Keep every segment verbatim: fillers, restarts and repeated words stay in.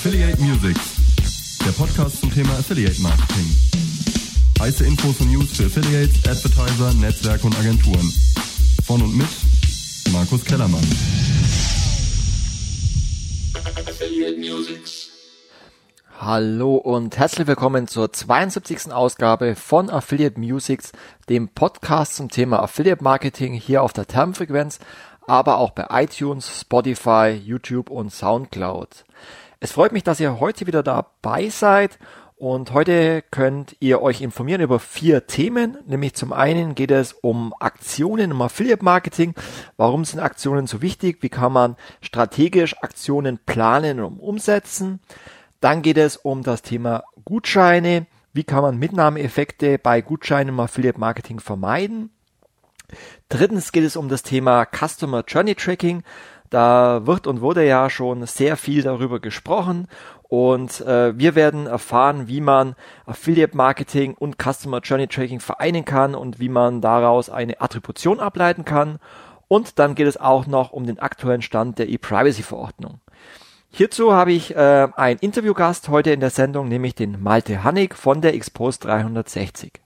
Affiliate Musics, der Podcast zum Thema Affiliate Marketing. Heiße Infos und News für Affiliates, Advertiser, Netzwerke und Agenturen. Von und mit Markus Kellermann. Affiliate Musics. Hallo und herzlich willkommen zur zweiundsiebzigsten Ausgabe von Affiliate Musics, dem Podcast zum Thema Affiliate Marketing hier auf der Termfrequenz, aber auch bei iTunes, Spotify, YouTube und Soundcloud. Es freut mich, dass ihr heute wieder dabei seid und heute könnt ihr euch informieren über vier Themen, nämlich zum einen geht es um Aktionen im Affiliate Marketing. Warum sind Aktionen so wichtig? Wie kann man strategisch Aktionen planen und umsetzen? Dann geht es um das Thema Gutscheine. Wie kann man Mitnahmeeffekte bei Gutscheinen im Affiliate Marketing vermeiden? Drittens geht es um das Thema Customer Journey Tracking. Da wird und wurde ja schon sehr viel darüber gesprochen und äh, wir werden erfahren, wie man Affiliate Marketing und Customer Journey Tracking vereinen kann und wie man daraus eine Attribution ableiten kann. Und dann geht es auch noch um den aktuellen Stand der E-Privacy-Verordnung. Hierzu habe ich äh, einen Interviewgast heute in der Sendung, nämlich den Malte Hannig von der Expose dreihundertsechzig.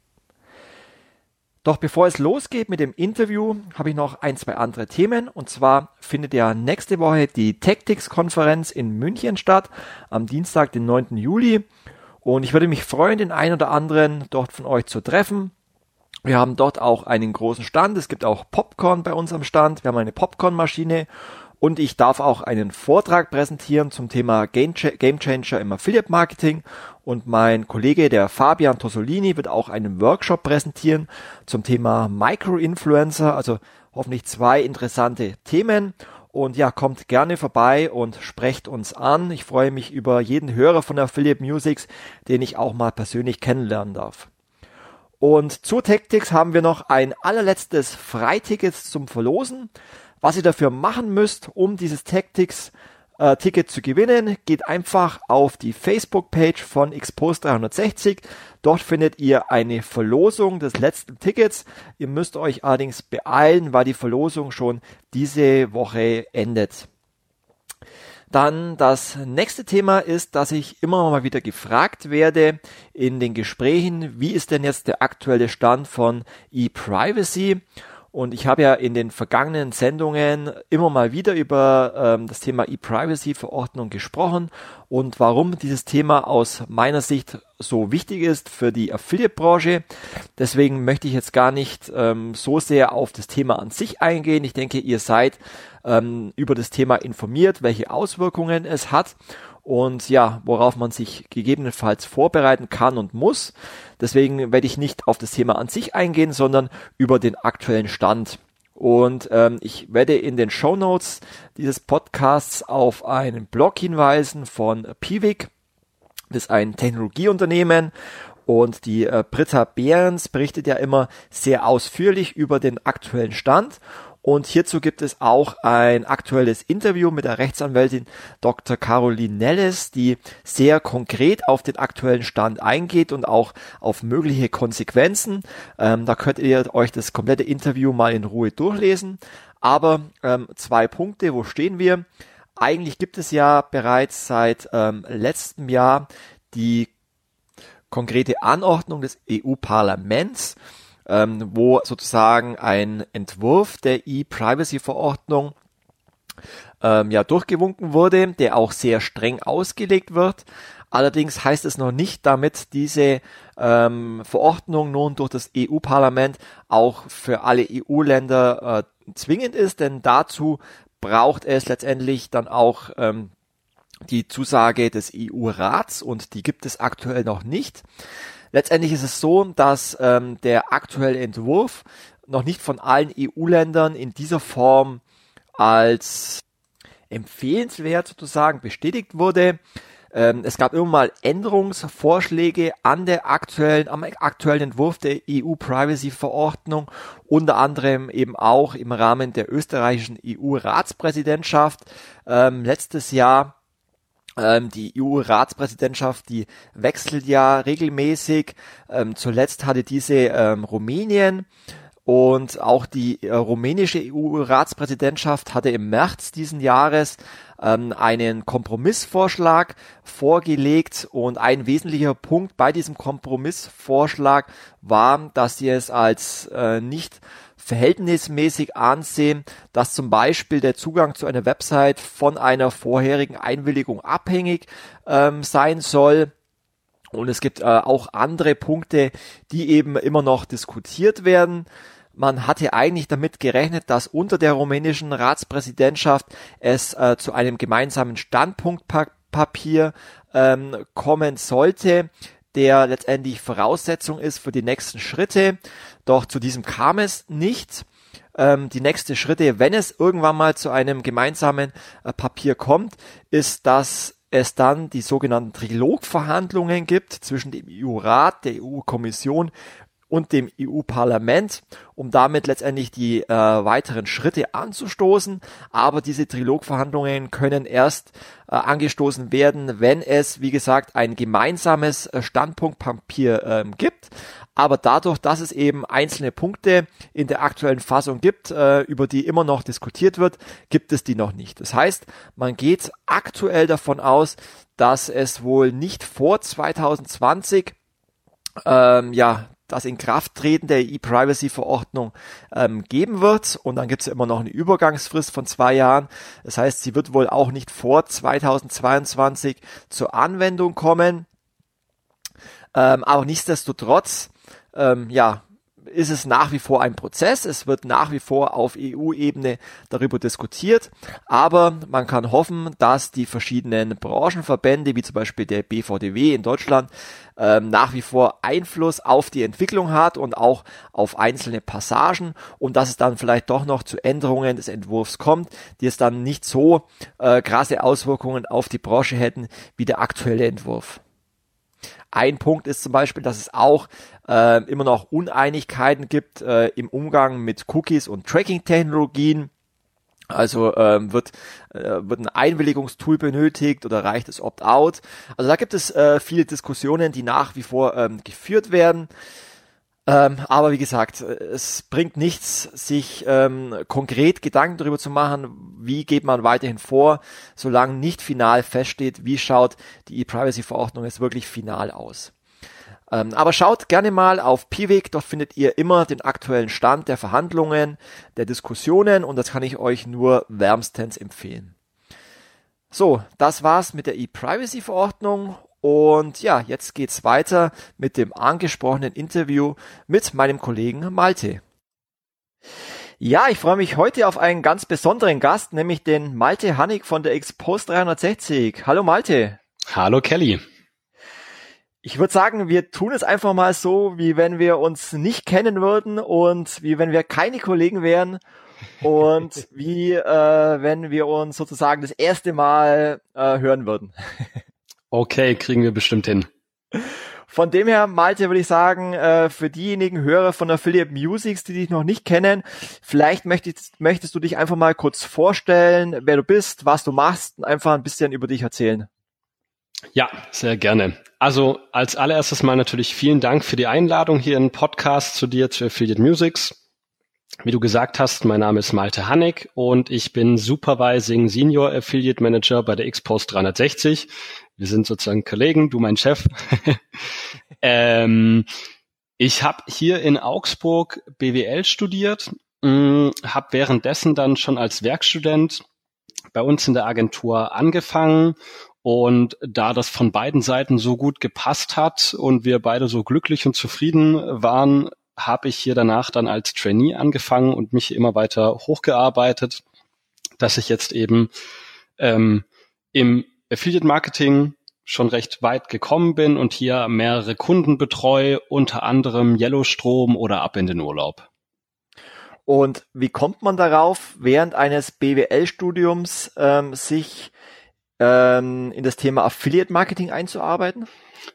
Doch bevor es losgeht mit dem Interview, habe ich noch ein, zwei andere Themen. Und zwar findet ja nächste Woche die Tactics-Konferenz in München statt, am Dienstag, den neunten Juli. Und ich würde mich freuen, den einen oder anderen dort von euch zu treffen. Wir haben dort auch einen großen Stand. Es gibt auch Popcorn bei uns am Stand. Wir haben eine Popcorn-Maschine. Und ich darf auch einen Vortrag präsentieren zum Thema Game Changer im Affiliate Marketing. Und mein Kollege, der Fabian Tossolini, wird auch einen Workshop präsentieren zum Thema Micro-Influencer. Also hoffentlich zwei interessante Themen. Und ja, kommt gerne vorbei und sprecht uns an. Ich freue mich über jeden Hörer von Affiliate Musics, den ich auch mal persönlich kennenlernen darf. Und zu Tactics haben wir noch ein allerletztes Freiticket zum Verlosen. Was ihr dafür machen müsst, um dieses Tactics-Ticket äh, zu gewinnen, geht einfach auf die Facebook-Page von Expose dreihundertsechzig. Dort findet ihr eine Verlosung des letzten Tickets. Ihr müsst euch allerdings beeilen, weil die Verlosung schon diese Woche endet. Dann das nächste Thema ist, dass ich immer mal wieder gefragt werde in den Gesprächen, wie ist denn jetzt der aktuelle Stand von E-Privacy? Und ich habe ja in den vergangenen Sendungen immer mal wieder über ähm, das Thema E-Privacy-Verordnung gesprochen und warum dieses Thema aus meiner Sicht so wichtig ist für die Affiliate-Branche. Deswegen möchte ich jetzt gar nicht ähm, so sehr auf das Thema an sich eingehen. Ich denke, ihr seid ähm, über das Thema informiert, welche Auswirkungen es hat. Und ja, worauf man sich gegebenenfalls vorbereiten kann und muss. Deswegen werde ich nicht auf das Thema an sich eingehen, sondern über den aktuellen Stand. Und ähm, ich werde in den Shownotes dieses Podcasts auf einen Blog hinweisen von Piwik. Das ist ein Technologieunternehmen. Und die äh, Britta Behrens berichtet ja immer sehr ausführlich über den aktuellen Stand. Und hierzu gibt es auch ein aktuelles Interview mit der Rechtsanwältin Doktor Caroline Nelles, die sehr konkret auf den aktuellen Stand eingeht und auch auf mögliche Konsequenzen. Ähm, da könnt ihr euch das komplette Interview mal in Ruhe durchlesen. Aber ähm, zwei Punkte, wo stehen wir? Eigentlich gibt es ja bereits seit ähm, letztem Jahr die konkrete Anordnung des E U-Parlaments, Ähm, wo sozusagen ein Entwurf der E-Privacy-Verordnung ähm, ja durchgewunken wurde, der auch sehr streng ausgelegt wird. Allerdings heißt es noch nicht, damit diese ähm, Verordnung nun durch das E U-Parlament auch für alle E U-Länder äh, zwingend ist, denn dazu braucht es letztendlich dann auch ähm, die Zusage des E U-Rats und die gibt es aktuell noch nicht. Letztendlich ist es so, dass ähm, der aktuelle Entwurf noch nicht von allen E U-Ländern in dieser Form als empfehlenswert sozusagen bestätigt wurde. Ähm, es gab immer mal Änderungsvorschläge an der aktuellen, am aktuellen Entwurf der E U-Privacy-Verordnung, unter anderem eben auch im Rahmen der österreichischen E U-Ratspräsidentschaft ähm, letztes Jahr. Ähm, die E U-Ratspräsidentschaft, die wechselt ja regelmäßig. Ähm, zuletzt hatte diese ähm, Rumänien Und auch die äh, rumänische E U-Ratspräsidentschaft hatte im März diesen Jahres ähm, einen Kompromissvorschlag vorgelegt. Und ein wesentlicher Punkt bei diesem Kompromissvorschlag war, dass sie es als äh, nicht verhältnismäßig ansehen, dass zum Beispiel der Zugang zu einer Website von einer vorherigen Einwilligung abhängig ähm, sein soll. Und es gibt äh, auch andere Punkte, die eben immer noch diskutiert werden. Man hatte eigentlich damit gerechnet, dass unter der rumänischen Ratspräsidentschaft es äh, zu einem gemeinsamen Standpunktpapier ähm, kommen sollte, der letztendlich Voraussetzung ist für die nächsten Schritte. Doch zu diesem kam es nicht. Ähm, die nächsten Schritte, wenn es irgendwann mal zu einem gemeinsamen äh, Papier kommt, ist, dass es dann die sogenannten Trilogverhandlungen gibt zwischen dem E U-Rat, der E U-Kommission und dem E U-Parlament, um damit letztendlich die äh, weiteren Schritte anzustoßen. Aber diese Trilogverhandlungen können erst äh, angestoßen werden, wenn es, wie gesagt, ein gemeinsames äh, Standpunktpapier äh, gibt. Aber dadurch, dass es eben einzelne Punkte in der aktuellen Fassung gibt, äh, über die immer noch diskutiert wird, gibt es die noch nicht. Das heißt, man geht aktuell davon aus, dass es wohl nicht vor zwanzig zwanzig ähm, ja das Inkrafttreten der E-Privacy-Verordnung ähm, geben wird. Und dann gibt es ja immer noch eine Übergangsfrist von zwei Jahren. Das heißt, sie wird wohl auch nicht vor zweitausendzweiundzwanzig zur Anwendung kommen. Ähm, aber nichtsdestotrotz, ähm, ja, ist es nach wie vor ein Prozess. Es wird nach wie vor auf E U-Ebene darüber diskutiert. Aber man kann hoffen, dass die verschiedenen Branchenverbände, wie zum Beispiel der B V D W in Deutschland, ähm, nach wie vor Einfluss auf die Entwicklung hat und auch auf einzelne Passagen und dass es dann vielleicht doch noch zu Änderungen des Entwurfs kommt, die es dann nicht so äh, krasse Auswirkungen auf die Branche hätten wie der aktuelle Entwurf. Ein Punkt ist zum Beispiel, dass es auch äh, immer noch Uneinigkeiten gibt äh, im Umgang mit Cookies und Tracking-Technologien. Also ähm, wird, äh, wird ein Einwilligungstool benötigt oder reicht es Opt-out? Also da gibt es äh, viele Diskussionen, die nach wie vor ähm, geführt werden. Ähm, aber wie gesagt, es bringt nichts, sich ähm, konkret Gedanken darüber zu machen, wie geht man weiterhin vor, solange nicht final feststeht, wie schaut die E-Privacy-Verordnung jetzt wirklich final aus. Ähm, aber schaut gerne mal auf Piwik, dort findet ihr immer den aktuellen Stand der Verhandlungen, der Diskussionen und das kann ich euch nur wärmstens empfehlen. So, das war's mit der E-Privacy-Verordnung. Und ja, jetzt geht's weiter mit dem angesprochenen Interview mit meinem Kollegen Malte. Ja, ich freue mich heute auf einen ganz besonderen Gast, nämlich den Malte Hannig von der Xpost dreihundertsechzig. Hallo Malte. Hallo Kelly. Ich würde sagen, wir tun es einfach mal so, wie wenn wir uns nicht kennen würden und wie wenn wir keine Kollegen wären und wie äh, wenn wir uns sozusagen das erste Mal äh, hören würden. Okay, kriegen wir bestimmt hin. Von dem her, Malte, würde ich sagen, äh, für diejenigen Hörer von Affiliate Musics, die dich noch nicht kennen, vielleicht möchtest, möchtest du dich einfach mal kurz vorstellen, wer du bist, was du machst und einfach ein bisschen über dich erzählen. Ja, sehr gerne. Also als allererstes mal natürlich vielen Dank für die Einladung hier in den Podcast zu dir, zu Affiliate Musics. Wie du gesagt hast, mein Name ist Malte Hannig und ich bin Supervising Senior Affiliate Manager bei der Xpost dreihundertsechzig. Wir sind sozusagen Kollegen, du mein Chef. ähm, ich habe hier in Augsburg B W L studiert, habe währenddessen dann schon als Werkstudent bei uns in der Agentur angefangen. Und da das von beiden Seiten so gut gepasst hat und wir beide so glücklich und zufrieden waren, habe ich hier danach dann als Trainee angefangen und mich immer weiter hochgearbeitet, dass ich jetzt eben ähm, im Affiliate Marketing schon recht weit gekommen bin und hier mehrere Kunden betreue, unter anderem Yellowstrom oder Ab in den Urlaub. Und wie kommt man darauf, während eines B W L-Studiums ähm, sich ähm, in das Thema Affiliate Marketing einzuarbeiten?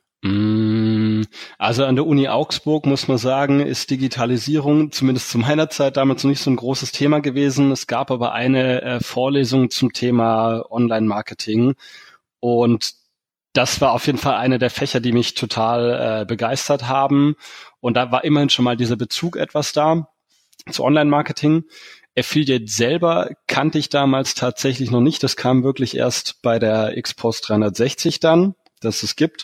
Also an der Uni Augsburg, muss man sagen, ist Digitalisierung zumindest zu meiner Zeit damals noch nicht so ein großes Thema gewesen. Es gab aber eine äh, Vorlesung zum Thema Online-Marketing und das war auf jeden Fall einer der Fächer, die mich total äh, begeistert haben und da war immerhin schon mal dieser Bezug etwas da. zu Online-Marketing. Affiliate selber kannte ich damals tatsächlich noch nicht. Das kam wirklich erst bei der X-Post dreihundertsechzig dann, dass es gibt.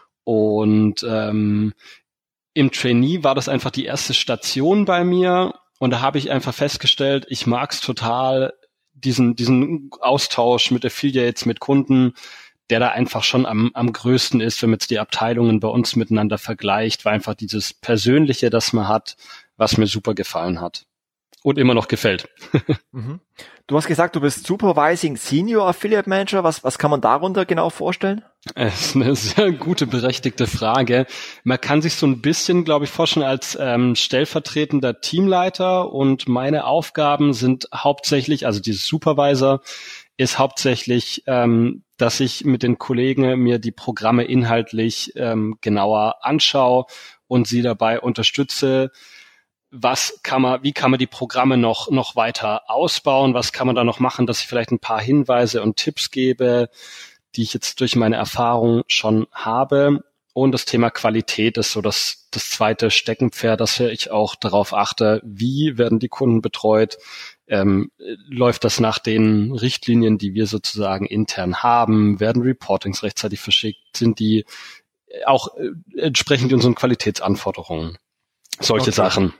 Und ähm, im Trainee war das einfach die erste Station bei mir. Und da habe ich einfach festgestellt, ich mag's total, diesen diesen Austausch mit Affiliates, mit Kunden, der da einfach schon am am größten ist, wenn man jetzt die Abteilungen bei uns miteinander vergleicht, war einfach dieses Persönliche, das man hat, was mir super gefallen hat. Und immer noch gefällt. Mhm. Du hast gesagt, du bist Supervising Senior Affiliate Manager. Was, was kann man darunter genau vorstellen? Das ist eine sehr gute, berechtigte Frage. Man kann sich so ein bisschen, glaube ich, vorstellen als ähm, stellvertretender Teamleiter. Und meine Aufgaben sind hauptsächlich, also dieses Supervisor ist hauptsächlich, ähm, dass ich mit den Kollegen mir die Programme inhaltlich ähm, genauer anschaue und sie dabei unterstütze. Was kann man, wie kann man die Programme noch, noch weiter ausbauen? Was kann man da noch machen, dass ich vielleicht ein paar Hinweise und Tipps gebe, die ich jetzt durch meine Erfahrung schon habe? Und das Thema Qualität ist so das, das zweite Steckenpferd, dass ich auch darauf achte, wie werden die Kunden betreut? Ähm, läuft das nach den Richtlinien, die wir sozusagen intern haben? Werden Reportings rechtzeitig verschickt? Sind die auch entsprechend unseren Qualitätsanforderungen? Solche okay. Sachen.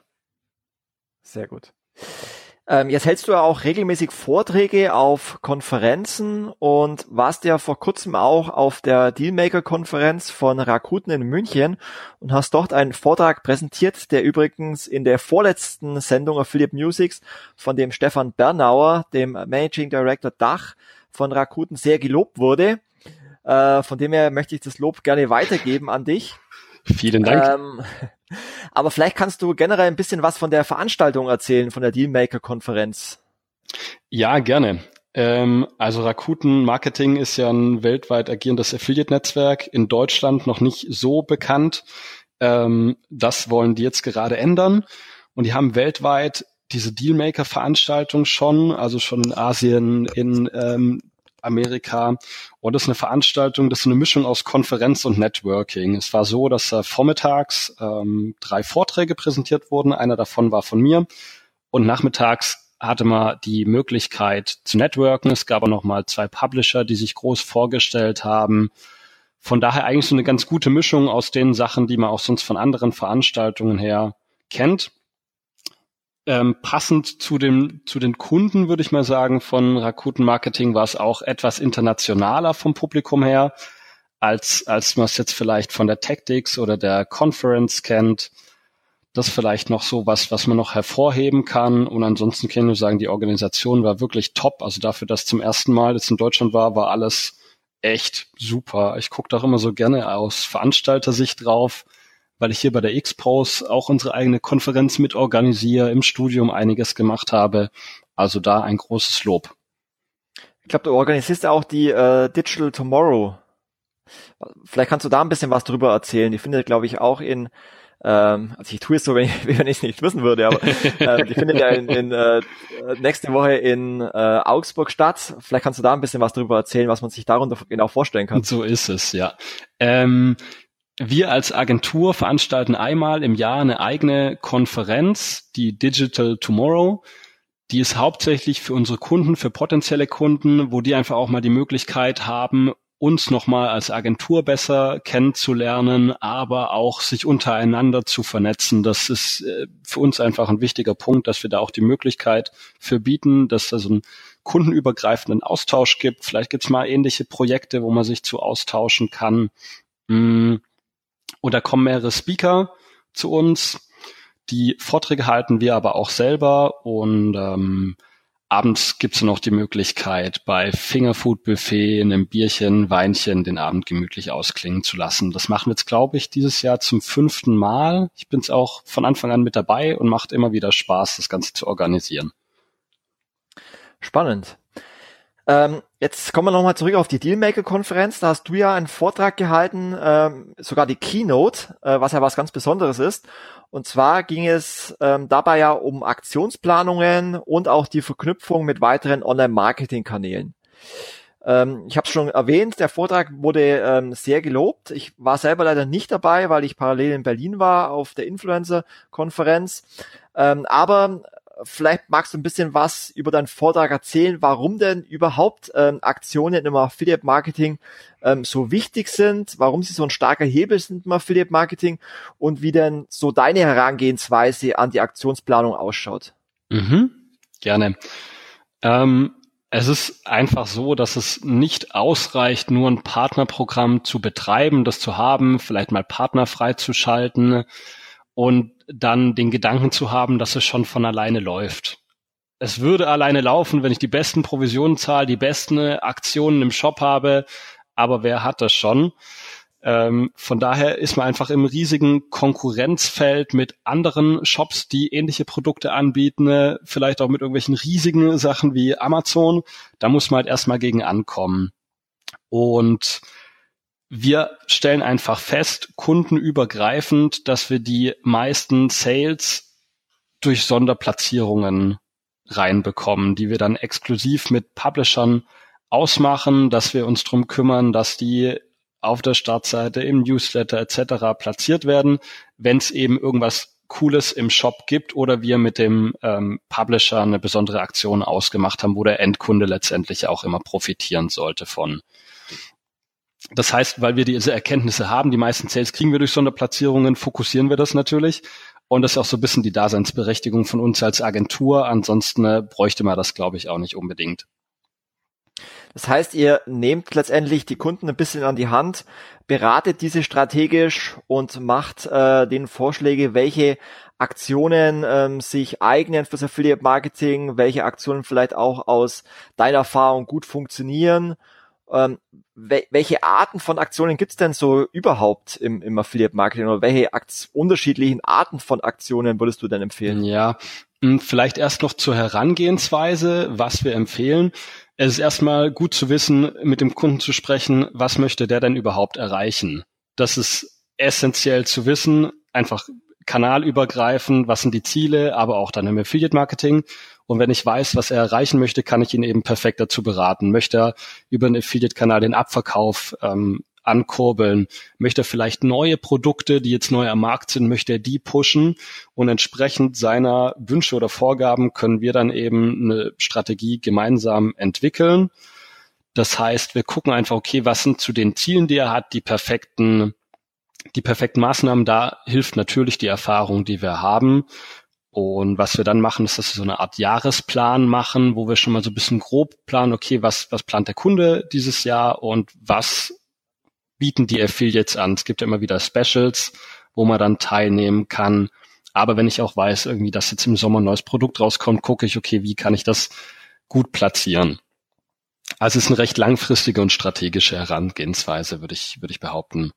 Sehr gut. Ähm, jetzt hältst du ja auch regelmäßig Vorträge auf Konferenzen und warst ja vor kurzem auch auf der Dealmaker-Konferenz von Rakuten in München und hast dort einen Vortrag präsentiert, der übrigens in der vorletzten Sendung Affiliate Musics von dem Stefan Bernauer, dem Managing Director Dach von Rakuten, sehr gelobt wurde. Äh, von dem her möchte ich das Lob gerne weitergeben an dich. Vielen Dank. Ähm, aber vielleicht kannst du generell ein bisschen was von der Veranstaltung erzählen, von der Dealmaker-Konferenz. Ja, gerne. Ähm, also Rakuten Marketing ist ja ein weltweit agierendes Affiliate-Netzwerk, in Deutschland noch nicht so bekannt. Ähm, das wollen die jetzt gerade ändern. Und die haben weltweit diese Dealmaker-Veranstaltung schon, also schon in Asien, in ähm, Amerika. Und das ist eine Veranstaltung, das ist eine Mischung aus Konferenz und Networking. Es war so, dass äh, vormittags ähm, drei Vorträge präsentiert wurden. Einer davon war von mir. Und nachmittags hatte man die Möglichkeit zu networken. Es gab auch noch mal zwei Publisher, die sich groß vorgestellt haben. Von daher eigentlich so eine ganz gute Mischung aus den Sachen, die man auch sonst von anderen Veranstaltungen her kennt. Ähm, passend zu dem zu den Kunden, würde ich mal sagen, von Rakuten Marketing war es auch etwas internationaler vom Publikum her, als als man es jetzt vielleicht von der Tactics oder der Conference kennt. Das vielleicht noch so was, was man noch hervorheben kann. Und ansonsten kann ich nur sagen, die Organisation war wirklich top. Also dafür, dass zum ersten Mal jetzt in Deutschland war, war alles echt super. Ich gucke da auch immer so gerne aus Veranstaltersicht drauf, weil ich hier bei der X-Post auch unsere eigene Konferenz mitorganisiere, im Studium einiges gemacht habe. Also da ein großes Lob. Ich glaube, du organisierst auch die äh, Digital Tomorrow. Vielleicht kannst du da ein bisschen was drüber erzählen. Die findet, glaube ich, auch in, ähm, also ich tue es so, wenn ich, wenn ich es nicht wissen würde, aber äh, die findet ja in, in äh, nächste Woche in äh, Augsburg statt. Vielleicht kannst du da ein bisschen was drüber erzählen, was man sich darunter genau vorstellen kann. So ist es, ja. Ähm, Wir als Agentur veranstalten einmal im Jahr eine eigene Konferenz, die Digital Tomorrow. Die ist hauptsächlich für unsere Kunden, für potenzielle Kunden, wo die einfach auch mal die Möglichkeit haben, uns nochmal als Agentur besser kennenzulernen, aber auch sich untereinander zu vernetzen. Das ist für uns einfach ein wichtiger Punkt, dass wir da auch die Möglichkeit für bieten, dass es da so einen kundenübergreifenden Austausch gibt. Vielleicht gibt es mal ähnliche Projekte, wo man sich zu austauschen kann. Und da kommen mehrere Speaker zu uns. Die Vorträge halten wir aber auch selber. Und ähm, abends gibt es noch die Möglichkeit, bei Fingerfood-Buffet, einem Bierchen, Weinchen, den Abend gemütlich ausklingen zu lassen. Das machen wir jetzt, glaube ich, dieses Jahr zum fünften Mal. Ich bin es auch von Anfang an mit dabei und macht immer wieder Spaß, das Ganze zu organisieren. Spannend. Ähm, jetzt kommen wir nochmal zurück auf die Dealmaker-Konferenz. Da hast du ja einen Vortrag gehalten, ähm, sogar die Keynote, äh, was ja was ganz Besonderes ist. Und zwar ging es ähm, dabei ja um Aktionsplanungen und auch die Verknüpfung mit weiteren Online-Marketing-Kanälen. Ähm, ich habe es schon erwähnt, der Vortrag wurde ähm, sehr gelobt. Ich war selber leider nicht dabei, weil ich parallel in Berlin war auf der Influencer-Konferenz. Ähm, aber vielleicht magst du ein bisschen was über deinen Vortrag erzählen, warum denn überhaupt ähm, Aktionen im Affiliate-Marketing ähm, so wichtig sind, warum sie so ein starker Hebel sind im Affiliate-Marketing und wie denn so deine Herangehensweise an die Aktionsplanung ausschaut. Mhm, gerne. Ähm, es ist einfach so, dass es nicht ausreicht, nur ein Partnerprogramm zu betreiben, das zu haben, vielleicht mal Partner freizuschalten und dann den Gedanken zu haben, dass es schon von alleine läuft. Es würde alleine laufen, wenn ich die besten Provisionen zahle, die besten Aktionen im Shop habe, aber wer hat das schon? Ähm, von daher ist man einfach im riesigen Konkurrenzfeld mit anderen Shops, die ähnliche Produkte anbieten, vielleicht auch mit irgendwelchen riesigen Sachen wie Amazon. Da muss man halt erstmal gegen ankommen. Und wir stellen einfach fest, kundenübergreifend, dass wir die meisten Sales durch Sonderplatzierungen reinbekommen, die wir dann exklusiv mit Publishern ausmachen, dass wir uns drum kümmern, dass die auf der Startseite, im Newsletter et cetera platziert werden, wenn es eben irgendwas Cooles im Shop gibt oder wir mit dem ähm, Publisher eine besondere Aktion ausgemacht haben, wo der Endkunde letztendlich auch immer profitieren sollte von. Das heißt, weil wir diese Erkenntnisse haben, die meisten Sales kriegen wir durch Sonderplatzierungen, fokussieren wir das natürlich. Und das ist auch so ein bisschen die Daseinsberechtigung von uns als Agentur. Ansonsten äh, bräuchte man das, glaube ich, auch nicht unbedingt. Das heißt, ihr nehmt letztendlich die Kunden ein bisschen an die Hand, beratet diese strategisch und macht äh, denen Vorschläge, welche Aktionen ähm, sich eignen fürs Affiliate-Marketing, welche Aktionen vielleicht auch aus deiner Erfahrung gut funktionieren. Ähm, wel- welche Arten von Aktionen gibt's denn so überhaupt im, im Affiliate-Marketing oder welche Akt- unterschiedlichen Arten von Aktionen würdest du denn empfehlen? Ja, vielleicht erst noch zur Herangehensweise, was wir empfehlen. Es ist erstmal gut zu wissen, mit dem Kunden zu sprechen, was möchte der denn überhaupt erreichen? Das ist essentiell zu wissen, einfach kanalübergreifend, was sind die Ziele, aber auch dann im Affiliate-Marketing. Und wenn ich weiß, was er erreichen möchte, kann ich ihn eben perfekt dazu beraten. Möchte er über einen Affiliate-Kanal den Abverkauf ähm, ankurbeln? Möchte er vielleicht neue Produkte, die jetzt neu am Markt sind, möchte er die pushen? Und entsprechend seiner Wünsche oder Vorgaben können wir dann eben eine Strategie gemeinsam entwickeln. Das heißt, wir gucken einfach, okay, was sind zu den Zielen, die er hat, die perfekten, die perfekten Maßnahmen. Da hilft natürlich die Erfahrung, die wir haben. Und was wir dann machen, ist, dass wir so eine Art Jahresplan machen, wo wir schon mal so ein bisschen grob planen, okay, was, was plant der Kunde dieses Jahr und was bieten die Affiliates an. Es gibt ja immer wieder Specials, wo man dann teilnehmen kann. Aber wenn ich auch weiß, irgendwie, dass jetzt im Sommer ein neues Produkt rauskommt, gucke ich, okay, wie kann ich das gut platzieren? Also es ist eine recht langfristige und strategische Herangehensweise, würde ich, würde ich behaupten.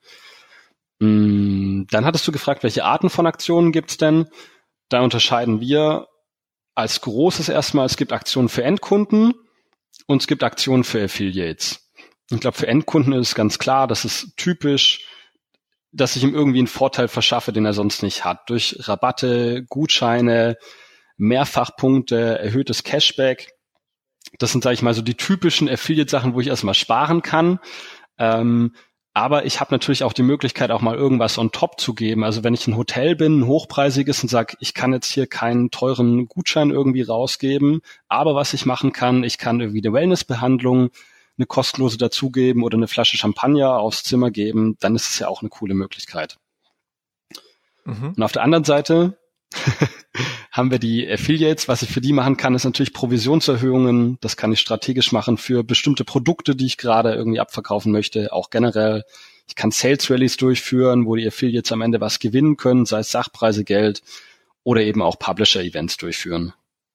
Dann hattest du gefragt, welche Arten von Aktionen gibt's denn? Da unterscheiden wir als großes erstmal, es gibt Aktionen für Endkunden und es gibt Aktionen für Affiliates. Ich glaube, für Endkunden ist es ganz klar, das ist typisch, dass ich ihm irgendwie einen Vorteil verschaffe, den er sonst nicht hat. Durch Rabatte, Gutscheine, Mehrfachpunkte, erhöhtes Cashback. Das sind, sage ich mal, so die typischen Affiliate-Sachen, wo ich erstmal sparen kann. Ähm, aber ich habe natürlich auch die Möglichkeit, auch mal irgendwas on top zu geben. Also wenn ich ein Hotel bin, ein hochpreisiges und sage, ich kann jetzt hier keinen teuren Gutschein irgendwie rausgeben, aber was ich machen kann, ich kann irgendwie eine Wellnessbehandlung, eine kostenlose dazugeben oder eine Flasche Champagner aufs Zimmer geben, dann ist es ja auch eine coole Möglichkeit. Mhm. Und auf der anderen Seite haben wir die Affiliates. Was ich für die machen kann, ist natürlich Provisionserhöhungen. Das kann ich strategisch machen für bestimmte Produkte, die ich gerade irgendwie abverkaufen möchte. Auch generell. Ich kann Sales Rallies durchführen, wo die Affiliates am Ende was gewinnen können, sei es Sachpreise, Geld oder eben auch Publisher-Events durchführen.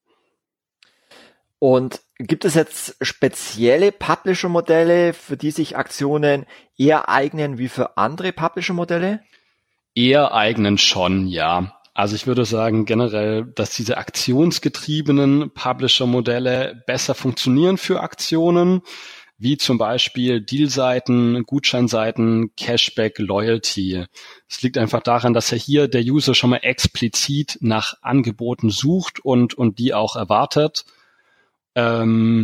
Und gibt es jetzt spezielle Publisher-Modelle, für die sich Aktionen eher eignen wie für andere Publisher-Modelle? Eher eignen schon, ja. Also ich würde sagen generell, dass diese aktionsgetriebenen Publisher-Modelle besser funktionieren für Aktionen, wie zum Beispiel Dealseiten, Gutscheinseiten, Cashback, Loyalty. Es liegt einfach daran, dass ja hier der User schon mal explizit nach Angeboten sucht und, und die auch erwartet. Ähm,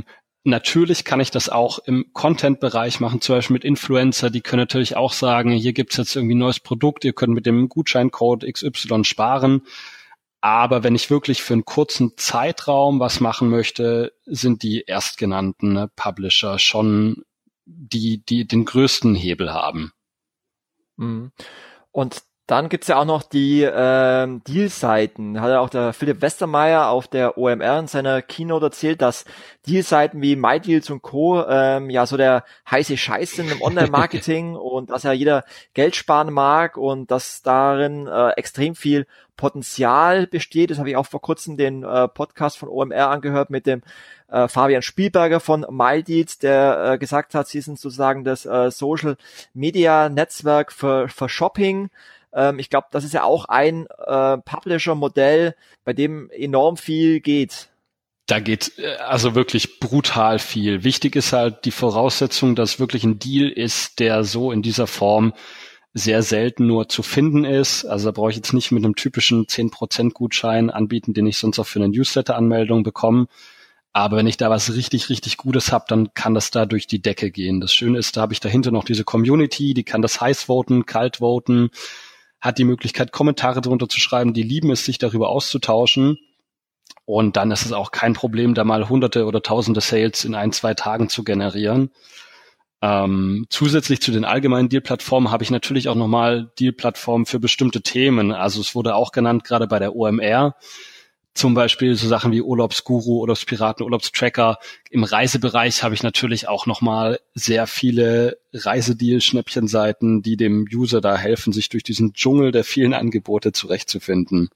Natürlich kann ich das auch im Content-Bereich machen, zum Beispiel mit Influencer, die können natürlich auch sagen, hier gibt's jetzt irgendwie ein neues Produkt, ihr könnt mit dem Gutscheincode X Y sparen. Aber wenn ich wirklich für einen kurzen Zeitraum was machen möchte, sind die erstgenannten ne, Publisher schon die, die den größten Hebel haben. Mhm. Und dann gibt's ja auch noch die ähm, Deal-Seiten. Hat ja auch der Philipp Westermeier auf der O M R in seiner Keynote erzählt, dass Deal-Seiten wie MyDeals und Co. Ähm, ja so der heiße Scheiß sind im Online-Marketing und dass ja jeder Geld sparen mag und dass darin äh, extrem viel Potenzial besteht. Das habe ich auch vor kurzem den äh, Podcast von O M R angehört mit dem äh, Fabian Spielberger von MyDeals, der äh, gesagt hat, sie sind sozusagen das äh, Social-Media-Netzwerk für, für Shopping. Ähm, ich glaube, das ist ja auch ein äh, Publisher-Modell, bei dem enorm viel geht. Da geht also wirklich brutal viel. Wichtig ist halt die Voraussetzung, dass wirklich ein Deal ist, der so in dieser Form sehr selten nur zu finden ist. Also da brauche ich jetzt nicht mit einem typischen zehn Prozent Gutschein anbieten, den ich sonst auch für eine Newsletter-Anmeldung bekomme. Aber wenn ich da was richtig, richtig Gutes habe, dann kann das da durch die Decke gehen. Das Schöne ist, da habe ich dahinter noch diese Community, die kann das heiß voten, kalt voten, hat die Möglichkeit, Kommentare drunter zu schreiben, die lieben es, sich darüber auszutauschen. Und dann ist es auch kein Problem, da mal hunderte oder tausende Sales in ein, zwei Tagen zu generieren. Ähm, zusätzlich zu den allgemeinen Deal-Plattformen habe ich natürlich auch nochmal Deal-Plattformen für bestimmte Themen. Also es wurde auch genannt, gerade bei der O M R, zum Beispiel so Sachen wie Urlaubsguru, Urlaubspiraten, Urlaubstracker. Im Reisebereich habe ich natürlich auch nochmal sehr viele Reisedeal-Schnäppchenseiten, die dem User da helfen, sich durch diesen Dschungel der vielen Angebote zurechtzufinden.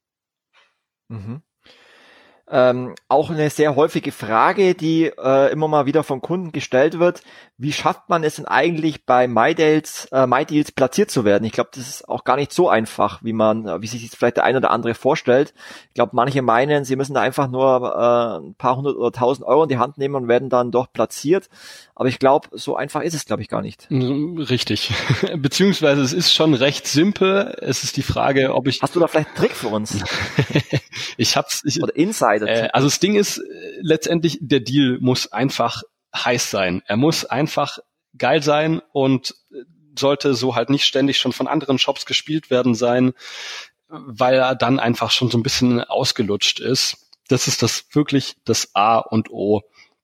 Mhm. Ähm, auch eine sehr häufige Frage, die äh, immer mal wieder von Kunden gestellt wird. Wie schafft man es denn eigentlich bei MyDeals, äh, MyDeals platziert zu werden? Ich glaube, das ist auch gar nicht so einfach, wie man, wie sich das vielleicht der eine oder andere vorstellt. Ich glaube, manche meinen, sie müssen da einfach nur äh, ein paar hundert oder tausend Euro in die Hand nehmen und werden dann doch platziert. Aber ich glaube, so einfach ist es, glaube ich, gar nicht. Richtig. Beziehungsweise es ist schon recht simpel. Es ist die Frage, ob ich... Hast du da vielleicht einen Trick für uns? ich hab's... Ich, oder Insider. Äh, also das Ding ist, letztendlich, der Deal muss einfach heiß sein. Er muss einfach geil sein und sollte so halt nicht ständig schon von anderen Shops gespielt werden sein, weil er dann einfach schon so ein bisschen ausgelutscht ist. Das ist das wirklich das A und O.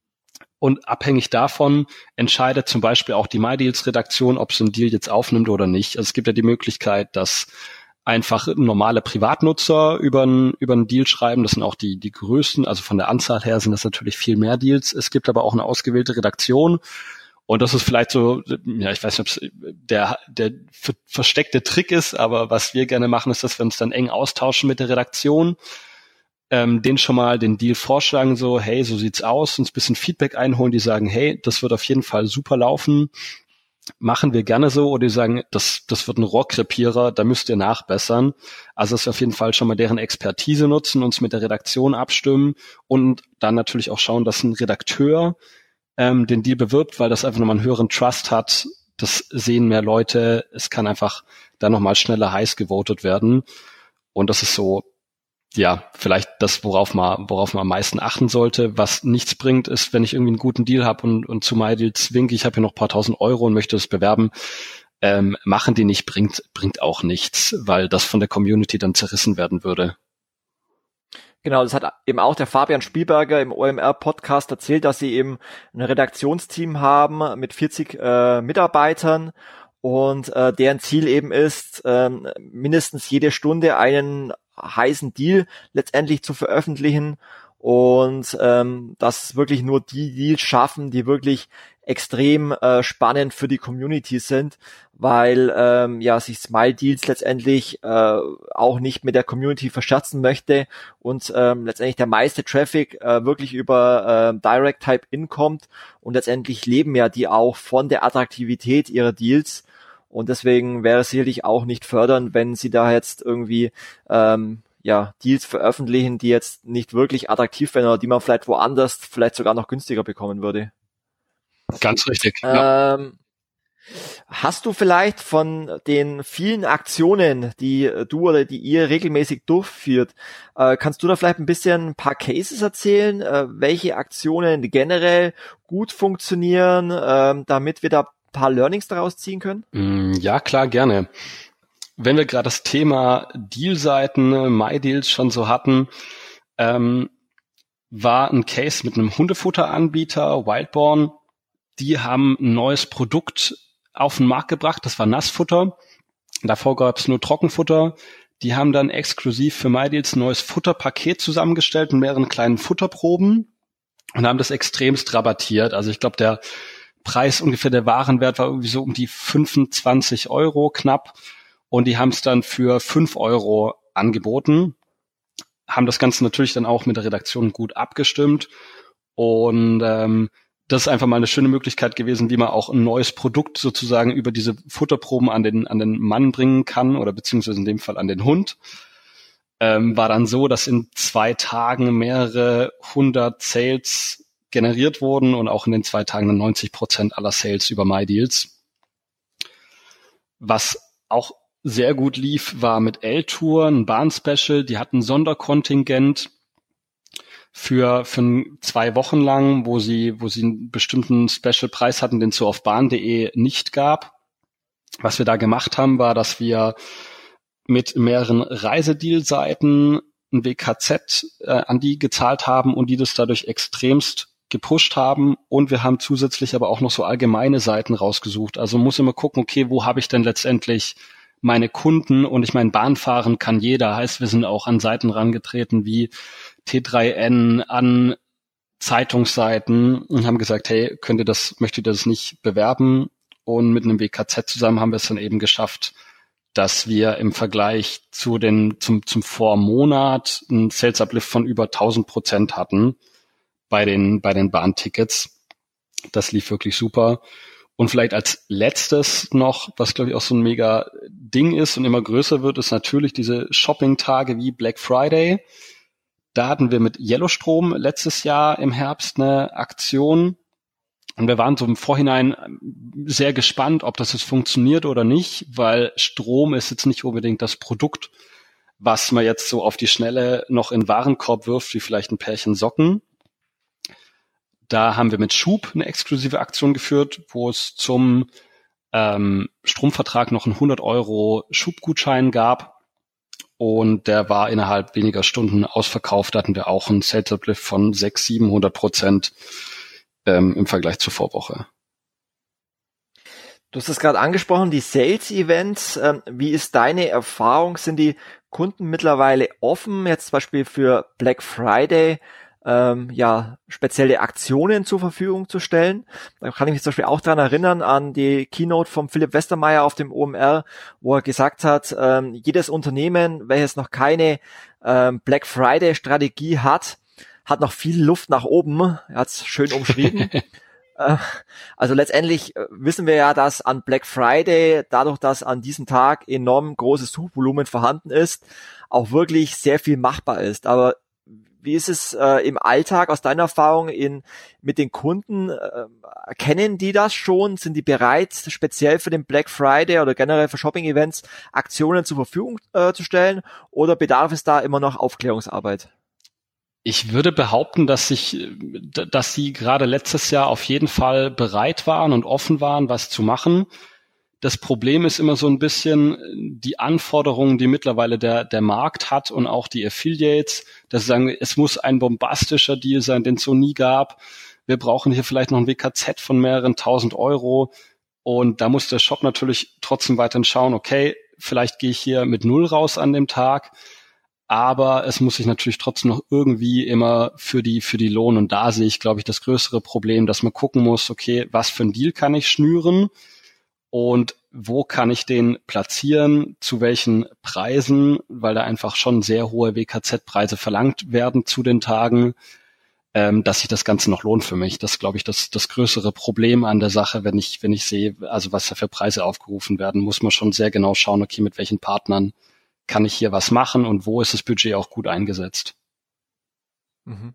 Und abhängig davon entscheidet zum Beispiel auch die MyDeals-Redaktion, ob sie einen Deal jetzt aufnimmt oder nicht. Also es gibt ja die Möglichkeit, dass einfach normale Privatnutzer über einen über einen Deal schreiben. Das sind auch die die größten, also von der Anzahl her sind das natürlich viel mehr Deals. Es gibt aber auch eine ausgewählte Redaktion. Und das ist vielleicht so, ja, ich weiß nicht, ob es der, der versteckte Trick ist, aber was wir gerne machen, ist, dass wir uns dann eng austauschen mit der Redaktion, ähm, denen schon mal den Deal vorschlagen, so, hey, so sieht's aus, uns ein bisschen Feedback einholen, die sagen, hey, das wird auf jeden Fall super laufen, machen wir gerne so, oder die sagen, das, das wird ein Rohrkrepierer, da müsst ihr nachbessern. Also, dass wir auf jeden Fall schon mal deren Expertise nutzen, uns mit der Redaktion abstimmen und dann natürlich auch schauen, dass ein Redakteur ähm, den Deal bewirbt, weil das einfach nochmal einen höheren Trust hat. Das sehen mehr Leute. Es kann einfach dann nochmal schneller heiß gewotet werden. Und das ist so, ja, vielleicht das, worauf man, worauf man am meisten achten sollte. Was nichts bringt, ist, wenn ich irgendwie einen guten Deal habe und, und zu MyDeals winke, ich habe hier noch ein paar tausend Euro und möchte das bewerben, ähm, machen die nicht, bringt, bringt auch nichts, weil das von der Community dann zerrissen werden würde. Genau, das hat eben auch der Fabian Spielberger im O M R-Podcast erzählt, dass sie eben ein Redaktionsteam haben mit vierzig äh, Mitarbeitern und äh, deren Ziel eben ist, äh, mindestens jede Stunde einen heißen Deal letztendlich zu veröffentlichen und ähm, dass wirklich nur die Deals schaffen, die wirklich extrem äh, spannend für die Community sind, weil ähm, ja sich MyDeals letztendlich äh, auch nicht mit der Community verscherzen möchte und ähm, letztendlich der meiste Traffic äh, wirklich über äh, Direct Type-In kommt und letztendlich leben ja die auch von der Attraktivität ihrer Deals und deswegen wäre es sicherlich auch nicht fördernd, wenn sie da jetzt irgendwie ähm, ja Deals veröffentlichen, die jetzt nicht wirklich attraktiv wären oder die man vielleicht woanders vielleicht sogar noch günstiger bekommen würde. Ganz richtig. Ähm, Hast du vielleicht von den vielen Aktionen, die du oder die ihr regelmäßig durchführt, äh, kannst du da vielleicht ein bisschen ein paar Cases erzählen, äh, welche Aktionen generell gut funktionieren, äh, damit wir da ein paar Learnings daraus ziehen können? Ja, klar, gerne. Wenn wir gerade das Thema Dealseiten, MyDeals schon so hatten, ähm, war ein Case mit einem Hundefutteranbieter, Wildborn. Die haben ein neues Produkt auf den Markt gebracht, das war Nassfutter. Davor gab es nur Trockenfutter. Die haben dann exklusiv für MyDeals ein neues Futterpaket zusammengestellt mit mehreren kleinen Futterproben und haben das extremst rabattiert. Also ich glaube, der Preis, ungefähr der Warenwert war irgendwie so um die fünfundzwanzig Euro knapp und die haben es dann für fünf Euro angeboten, haben das Ganze natürlich dann auch mit der Redaktion gut abgestimmt und ähm, das ist einfach mal eine schöne Möglichkeit gewesen, wie man auch ein neues Produkt sozusagen über diese Futterproben an den an den Mann bringen kann oder beziehungsweise in dem Fall an den Hund. Ähm, war dann so, dass in zwei Tagen mehrere hundert Sales generiert wurden und auch in den zwei Tagen dann neunzig Prozent aller Sales über MyDeals. Was auch sehr gut lief, war mit L-Tour, ein Bahn-Special. Die hatten ein Sonderkontingent für für zwei Wochen lang, wo sie wo sie einen bestimmten Special-Preis hatten, den es so auf bahn punkt de nicht gab. Was wir da gemacht haben, war, dass wir mit mehreren Reisedeal-Seiten ein W K Z äh, an die gezahlt haben und die das dadurch extremst gepusht haben. Und wir haben zusätzlich aber auch noch so allgemeine Seiten rausgesucht. Also man muss immer gucken, okay, wo habe ich denn letztendlich meine Kunden? Und ich meine, Bahnfahren kann jeder. Heißt, wir sind auch an Seiten rangetreten wie T drei N, an Zeitungsseiten und haben gesagt, hey, könnt ihr das, möchtet ihr das nicht bewerben? Und mit einem W K Z zusammen haben wir es dann eben geschafft, dass wir im Vergleich zu den, zum, zum Vormonat einen Sales Uplift von über tausend Prozent hatten bei den, bei den Bahntickets. Das lief wirklich super. Und vielleicht als letztes noch, was glaube ich auch so ein mega Ding ist und immer größer wird, ist natürlich diese Shopping-Tage wie Black Friday. Da hatten wir mit Yellowstrom letztes Jahr im Herbst eine Aktion und wir waren so im Vorhinein sehr gespannt, ob das jetzt funktioniert oder nicht, weil Strom ist jetzt nicht unbedingt das Produkt, was man jetzt so auf die Schnelle noch in den Warenkorb wirft, wie vielleicht ein Pärchen Socken. Da haben wir mit Schub eine exklusive Aktion geführt, wo es zum ähm, Stromvertrag noch einen hundert Euro Schubgutschein gab. Und der war innerhalb weniger Stunden ausverkauft. Da hatten wir auch einen Sales Uplift von sechshundert, siebenhundert Prozent ähm, im Vergleich zur Vorwoche. Du hast es gerade angesprochen, die Sales-Events. Ähm, wie ist deine Erfahrung? Sind die Kunden mittlerweile offen, jetzt zum Beispiel für Black Friday, ähm, ja, spezielle Aktionen zur Verfügung zu stellen? Da kann ich mich zum Beispiel auch daran erinnern, an die Keynote von Philipp Westermeier auf dem O M R, wo er gesagt hat, ähm, jedes Unternehmen, welches noch keine ähm, Black Friday Strategie hat, hat noch viel Luft nach oben. Er hat es schön umschrieben. äh, also letztendlich wissen wir ja, dass an Black Friday, dadurch, dass an diesem Tag enorm großes Suchvolumen vorhanden ist, auch wirklich sehr viel machbar ist. Aber wie ist es äh, im Alltag aus deiner Erfahrung in, mit den Kunden? Äh, kennen die das schon? Sind die bereit, speziell für den Black Friday oder generell für Shopping-Events Aktionen zur Verfügung äh, zu stellen? Oder bedarf es da immer noch Aufklärungsarbeit? Ich würde behaupten, dass sich, dass sie gerade letztes Jahr auf jeden Fall bereit waren und offen waren, was zu machen. Das Problem ist immer so ein bisschen die Anforderungen, die mittlerweile der, der Markt hat und auch die Affiliates, dass sie sagen, es muss ein bombastischer Deal sein, den es so nie gab. Wir brauchen hier vielleicht noch ein W K Z von mehreren tausend Euro. Und da muss der Shop natürlich trotzdem weiterhin schauen, okay, vielleicht gehe ich hier mit Null raus an dem Tag. Aber es muss sich natürlich trotzdem noch irgendwie immer für die, für die lohnen. Und da sehe ich, glaube ich, das größere Problem, dass man gucken muss, okay, was für ein Deal kann ich schnüren? Und wo kann ich den platzieren, zu welchen Preisen, weil da einfach schon sehr hohe W K Z-Preise verlangt werden zu den Tagen, ähm, dass sich das Ganze noch lohnt für mich. Das ist, glaube ich, das, das größere Problem an der Sache, wenn ich, wenn ich sehe, also was da für Preise aufgerufen werden, muss man schon sehr genau schauen, okay, mit welchen Partnern kann ich hier was machen und wo ist das Budget auch gut eingesetzt. Mhm.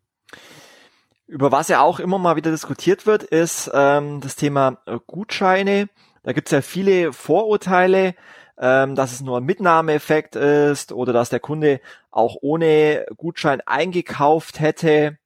Über was ja auch immer mal wieder diskutiert wird, ist ähm, das Thema äh, Gutscheine. Da gibt's ja viele Vorurteile, ähm, dass es nur ein Mitnahmeeffekt ist oder dass der Kunde auch ohne Gutschein eingekauft hätte.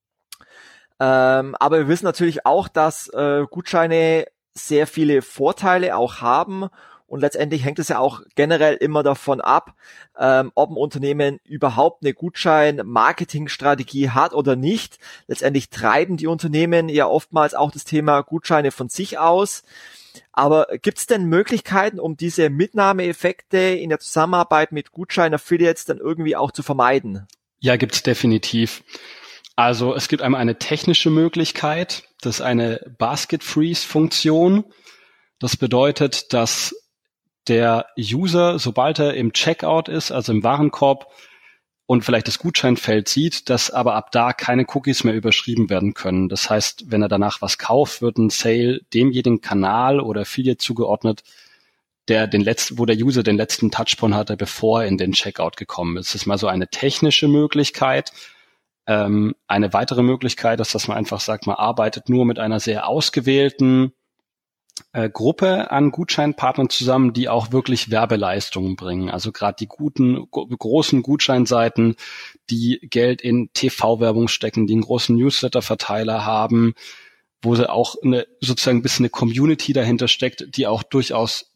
Ähm, aber wir wissen natürlich auch, dass äh, Gutscheine sehr viele Vorteile auch haben. Und letztendlich hängt es ja auch generell immer davon ab, ähm, ob ein Unternehmen überhaupt eine Gutschein-Marketing-Strategie hat oder nicht. Letztendlich treiben die Unternehmen ja oftmals auch das Thema Gutscheine von sich aus. Aber gibt es denn Möglichkeiten, um diese Mitnahmeeffekte in der Zusammenarbeit mit Gutschein-Affiliates dann irgendwie auch zu vermeiden? Ja, gibt's definitiv. Also es gibt einmal eine technische Möglichkeit, das ist eine Basket-Freeze-Funktion. Das bedeutet, dass der User, sobald er im Checkout ist, also im Warenkorb und vielleicht das Gutscheinfeld sieht, dass aber ab da keine Cookies mehr überschrieben werden können. Das heißt, wenn er danach was kauft, wird ein Sale demjenigen Kanal oder Affiliate zugeordnet, der den letzten, wo der User den letzten Touchpoint hatte, bevor er in den Checkout gekommen ist. Das ist mal so eine technische Möglichkeit. Ähm, eine weitere Möglichkeit ist, dass man einfach sagt, man arbeitet nur mit einer sehr ausgewählten Äh, Gruppe an Gutscheinpartnern zusammen, die auch wirklich Werbeleistungen bringen. Also gerade die guten, go- großen Gutscheinseiten, die Geld in T V-Werbung stecken, die einen großen Newsletter-Verteiler haben, wo sie auch eine, sozusagen ein bisschen eine Community dahinter steckt, die auch durchaus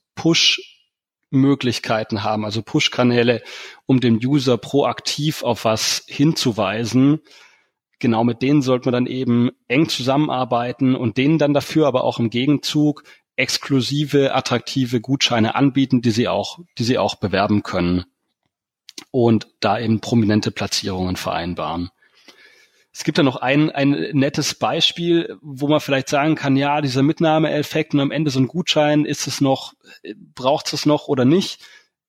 Push-Möglichkeiten haben, also Push-Kanäle, um den User proaktiv auf was hinzuweisen. Genau mit denen sollte man dann eben eng zusammenarbeiten und denen dann dafür aber auch im Gegenzug exklusive, attraktive Gutscheine anbieten, die sie auch, die sie auch bewerben können und da eben prominente Platzierungen vereinbaren. Es gibt da noch ein, ein nettes Beispiel, wo man vielleicht sagen kann, ja, dieser Mitnahmeeffekt und am Ende so ein Gutschein, ist es noch, braucht es noch oder nicht?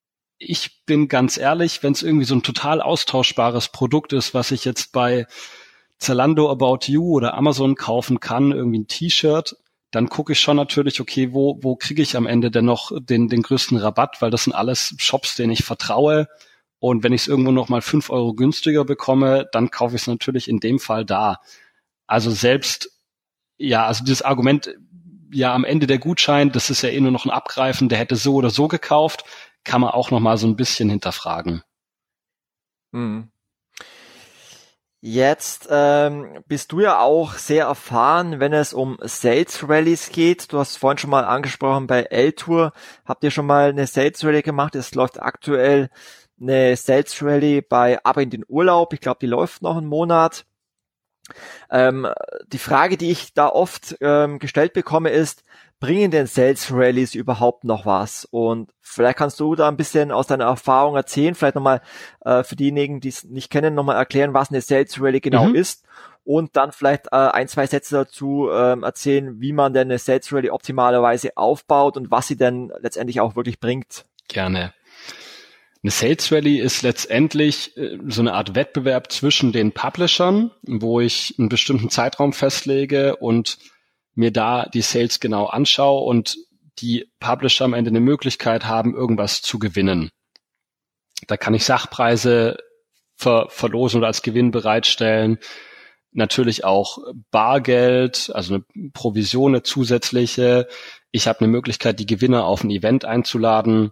Ich bin ganz ehrlich, wenn es irgendwie so ein total austauschbares Produkt ist, was ich jetzt bei Zalando, About You oder Amazon kaufen kann, irgendwie ein T-Shirt, dann gucke ich schon natürlich, okay, wo wo kriege ich am Ende denn noch den den größten Rabatt, weil das sind alles Shops, denen ich vertraue. Und wenn ich es irgendwo noch mal fünf Euro günstiger bekomme, dann kaufe ich es natürlich in dem Fall da. Also selbst, ja, also dieses Argument, ja, am Ende der Gutschein, das ist ja eh nur noch ein Abgreifen, der hätte so oder so gekauft, kann man auch noch mal so ein bisschen hinterfragen. Hm. Jetzt ähm, bist du ja auch sehr erfahren, wenn es um Sales Rallies geht. Du hast vorhin schon mal angesprochen, bei L-Tour habt ihr schon mal eine Sales Rally gemacht. Es läuft aktuell eine Sales Rally bei Ab in den Urlaub. Ich glaube, die läuft noch einen Monat. Ähm, die Frage, die ich da oft ähm, gestellt bekomme, ist, bringen denn Sales Rallies überhaupt noch was? Und vielleicht kannst du da ein bisschen aus deiner Erfahrung erzählen, vielleicht nochmal äh, für diejenigen, die es nicht kennen, nochmal erklären, was eine Sales Rally genau mhm. ist und dann vielleicht äh, ein, zwei Sätze dazu ähm, erzählen, wie man denn eine Sales Rally optimalerweise aufbaut und was sie denn letztendlich auch wirklich bringt. Gerne. Eine Sales Rally ist letztendlich äh, so eine Art Wettbewerb zwischen den Publishern, wo ich einen bestimmten Zeitraum festlege und mir da die Sales genau anschaue und die Publisher am Ende eine Möglichkeit haben, irgendwas zu gewinnen. Da kann ich Sachpreise ver- verlosen oder als Gewinn bereitstellen. Natürlich auch Bargeld, also eine Provision, eine zusätzliche. Ich habe eine Möglichkeit, die Gewinner auf ein Event einzuladen.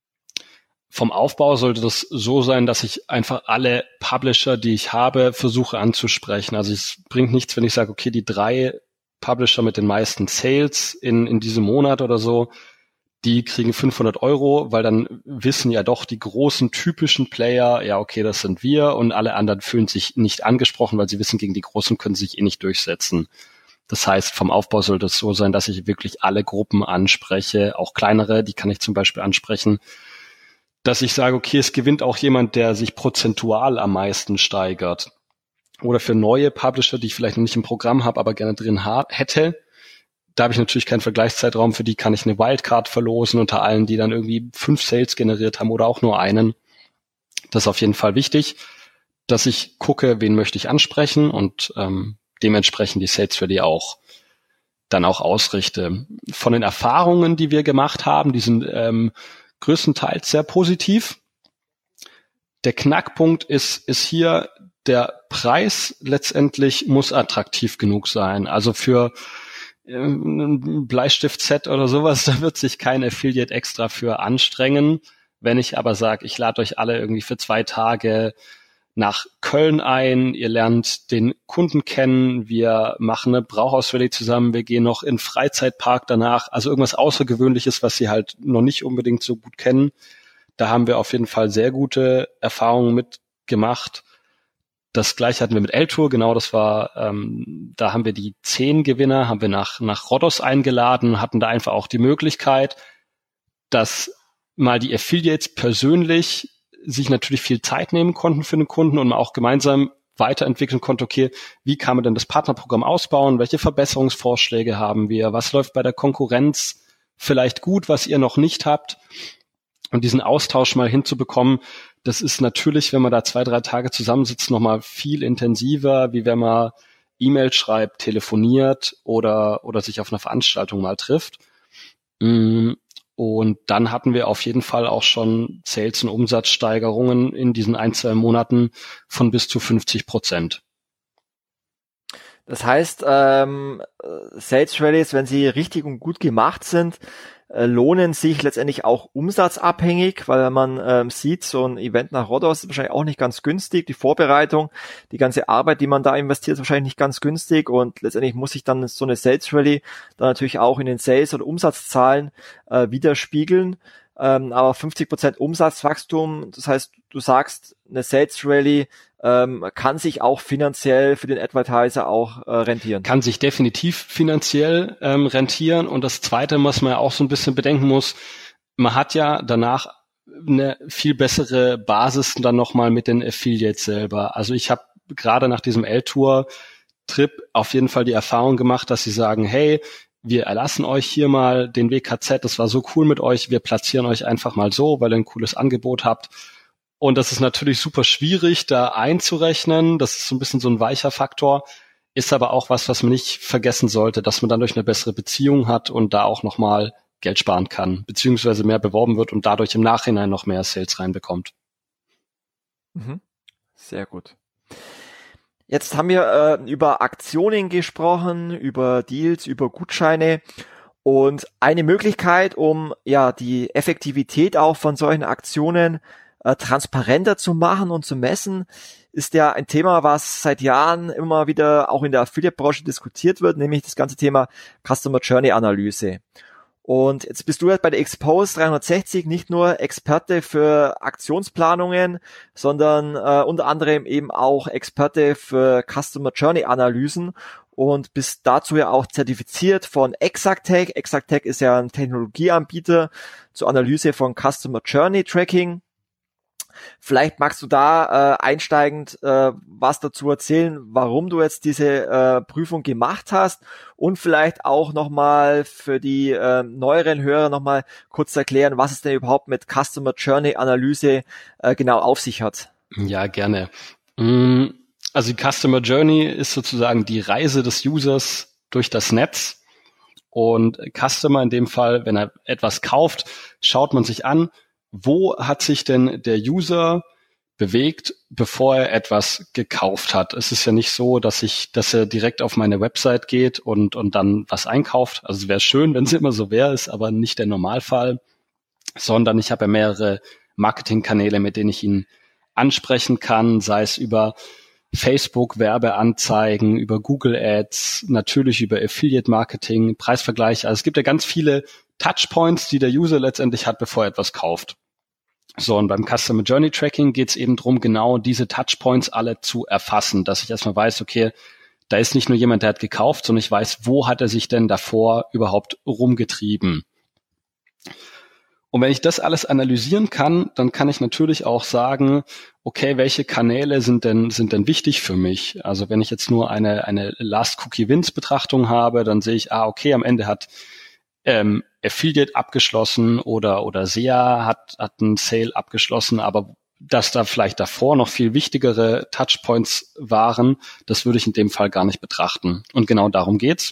Vom Aufbau sollte das so sein, dass ich einfach alle Publisher, die ich habe, versuche anzusprechen. Also es bringt nichts, wenn ich sage, okay, die drei Publisher mit den meisten Sales in, in diesem Monat oder so, die kriegen fünfhundert Euro, weil dann wissen ja doch die großen typischen Player, ja okay, das sind wir und alle anderen fühlen sich nicht angesprochen, weil sie wissen, gegen die Großen können sie sich eh nicht durchsetzen. Das heißt, vom Aufbau sollte es so sein, dass ich wirklich alle Gruppen anspreche, auch kleinere, die kann ich zum Beispiel ansprechen, dass ich sage, okay, es gewinnt auch jemand, der sich prozentual am meisten steigert. Oder für neue Publisher, die ich vielleicht noch nicht im Programm habe, aber gerne drin ha- hätte. Da habe ich natürlich keinen Vergleichszeitraum, für die kann ich eine Wildcard verlosen unter allen, die dann irgendwie fünf Sales generiert haben oder auch nur einen. Das ist auf jeden Fall wichtig, dass ich gucke, wen möchte ich ansprechen und ähm, dementsprechend die Sales Rally auch dann auch ausrichte. Von den Erfahrungen, die wir gemacht haben, die sind ähm, größtenteils sehr positiv. Der Knackpunkt ist, ist hier, der Preis letztendlich muss attraktiv genug sein. Also für, ein Bleistift-Set oder sowas, da wird sich kein Affiliate extra für anstrengen. Wenn ich aber sage, ich lade euch alle irgendwie für zwei Tage nach Köln ein, ihr lernt den Kunden kennen, wir machen eine Brauhaus-Rallye zusammen, wir gehen noch in den Freizeitpark danach, also irgendwas Außergewöhnliches, was sie halt noch nicht unbedingt so gut kennen. Da haben wir auf jeden Fall sehr gute Erfahrungen mitgemacht. Das gleiche hatten wir mit L-Tour, genau, das war, ähm, da haben wir die zehn Gewinner, haben wir nach, nach Rhodos eingeladen, hatten da einfach auch die Möglichkeit, dass mal die Affiliates persönlich sich natürlich viel Zeit nehmen konnten für den Kunden und man auch gemeinsam weiterentwickeln konnte, okay, wie kann man denn das Partnerprogramm ausbauen, welche Verbesserungsvorschläge haben wir, was läuft bei der Konkurrenz vielleicht gut, was ihr noch nicht habt. Und diesen Austausch mal hinzubekommen, das ist natürlich, wenn man da zwei, drei Tage zusammensitzt, nochmal viel intensiver, wie wenn man E-Mail schreibt, telefoniert oder oder sich auf einer Veranstaltung mal trifft. Und dann hatten wir auf jeden Fall auch schon Sales- und Umsatzsteigerungen in diesen ein, zwei Monaten von bis zu fünfzig Prozent. Das heißt, ähm, Sales Rallies, wenn sie richtig und gut gemacht sind, äh, lohnen sich letztendlich auch umsatzabhängig, weil man ähm, sieht, so ein Event nach Rhodos ist wahrscheinlich auch nicht ganz günstig. Die Vorbereitung, die ganze Arbeit, die man da investiert, ist wahrscheinlich nicht ganz günstig und letztendlich muss sich dann so eine Sales Rally dann natürlich auch in den Sales- oder Umsatzzahlen äh, widerspiegeln. Ähm, aber fünfzig Prozent Umsatzwachstum, das heißt, du sagst, eine Sales Rally ähm, kann sich auch finanziell für den Advertiser auch äh, rentieren. Kann sich definitiv finanziell ähm, rentieren. Und das Zweite, was man ja auch so ein bisschen bedenken muss, man hat ja danach eine viel bessere Basis dann nochmal mit den Affiliates selber. Also ich habe gerade nach diesem L-Tour-Trip auf jeden Fall die Erfahrung gemacht, dass sie sagen, hey, wir erlassen euch hier mal den W K Z, das war so cool mit euch, wir platzieren euch einfach mal so, weil ihr ein cooles Angebot habt. Und das ist natürlich super schwierig, da einzurechnen, das ist so ein bisschen so ein weicher Faktor, ist aber auch was, was man nicht vergessen sollte, dass man dadurch eine bessere Beziehung hat und da auch nochmal Geld sparen kann, beziehungsweise mehr beworben wird und dadurch im Nachhinein noch mehr Sales reinbekommt. Mhm. Sehr gut. Jetzt haben wir äh, über Aktionen gesprochen, über Deals, über Gutscheine und eine Möglichkeit, um ja die Effektivität auch von solchen Aktionen äh, transparenter zu machen und zu messen, ist ja ein Thema, was seit Jahren immer wieder auch in der Affiliate-Branche diskutiert wird, nämlich das ganze Thema Customer Journey Analyse. Und jetzt bist du jetzt bei der Expose dreihundertsechzig nicht nur Experte für Aktionsplanungen, sondern äh, unter anderem eben auch Experte für Customer Journey Analysen und bist dazu ja auch zertifiziert von Exactech. Exactech ist ja ein Technologieanbieter zur Analyse von Customer Journey Tracking. Vielleicht magst du da äh, einsteigend äh, was dazu erzählen, warum du jetzt diese äh, Prüfung gemacht hast und vielleicht auch nochmal für die äh, neueren Hörer nochmal kurz erklären, was es denn überhaupt mit Customer Journey Analyse äh, genau auf sich hat. Ja, gerne. Also die Customer Journey ist sozusagen die Reise des Users durch das Netz und Customer in dem Fall, wenn er etwas kauft, schaut man sich an, wo hat sich denn der User bewegt, bevor er etwas gekauft hat? Es ist ja nicht so, dass ich, dass er direkt auf meine Website geht und und dann was einkauft. Also es wäre schön, wenn es immer so wäre, ist aber nicht der Normalfall, sondern ich habe ja mehrere Marketingkanäle, mit denen ich ihn ansprechen kann, sei es über Facebook Werbeanzeigen, über Google Ads, natürlich über Affiliate Marketing, Preisvergleiche. Also es gibt ja ganz viele Touchpoints, die der User letztendlich hat, bevor er etwas kauft. So, und beim Customer Journey Tracking geht es eben darum, genau diese Touchpoints alle zu erfassen, dass ich erstmal weiß, okay, da ist nicht nur jemand, der hat gekauft, sondern ich weiß, wo hat er sich denn davor überhaupt rumgetrieben. Und wenn ich das alles analysieren kann, dann kann ich natürlich auch sagen, okay, welche Kanäle sind denn sind denn wichtig für mich? Also wenn ich jetzt nur eine eine Last Cookie Wins Betrachtung habe, dann sehe ich, ah, okay, am Ende hat ähm, Affiliate abgeschlossen oder oder S E A hat hat einen Sale abgeschlossen, aber dass da vielleicht davor noch viel wichtigere Touchpoints waren, das würde ich in dem Fall gar nicht betrachten. Und genau darum geht's,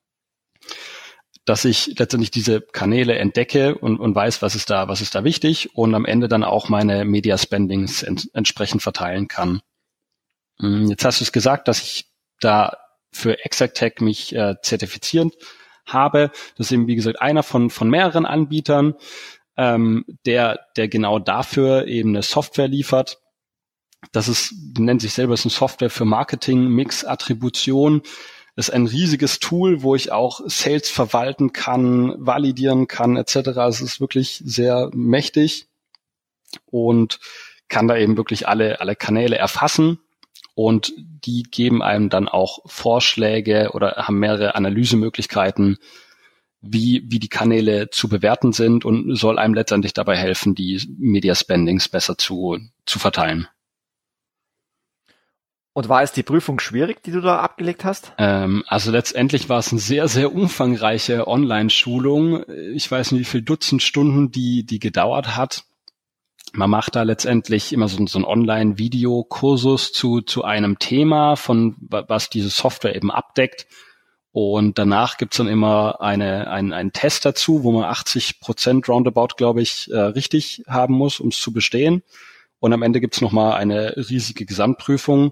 dass ich letztendlich diese Kanäle entdecke und, und weiß, was ist da, was ist da wichtig und am Ende dann auch meine Media Spendings ent, entsprechend verteilen kann. Jetzt hast du es gesagt, dass ich da für Exactech mich äh, zertifizieren habe. Das ist eben, wie gesagt, einer von, von mehreren Anbietern, ähm, der, der genau dafür eben eine Software liefert. Das ist, nennt sich selber, ist eine Software für Marketing, Mix, Attribution. Das ist ein riesiges Tool, wo ich auch Sales verwalten kann, validieren kann, et cetera. Es ist wirklich sehr mächtig und kann da eben wirklich alle, alle Kanäle erfassen. Und die geben einem dann auch Vorschläge oder haben mehrere Analysemöglichkeiten, wie, wie die Kanäle zu bewerten sind und soll einem letztendlich dabei helfen, die Media Spendings besser zu, zu verteilen. Und war es die Prüfung schwierig, die du da abgelegt hast? Ähm, also letztendlich war es eine sehr, sehr umfangreiche Online-Schulung. Ich weiß nicht, wie viel Dutzend Stunden die, die gedauert hat. Man macht da letztendlich immer so, so einen Online-Videokursus zu, zu einem Thema, von was diese Software eben abdeckt. Und danach gibt's dann immer eine, einen, einen Test dazu, wo man achtzig Prozent roundabout, glaube ich, äh, richtig haben muss, um es zu bestehen. Und am Ende gibt's nochmal eine riesige Gesamtprüfung.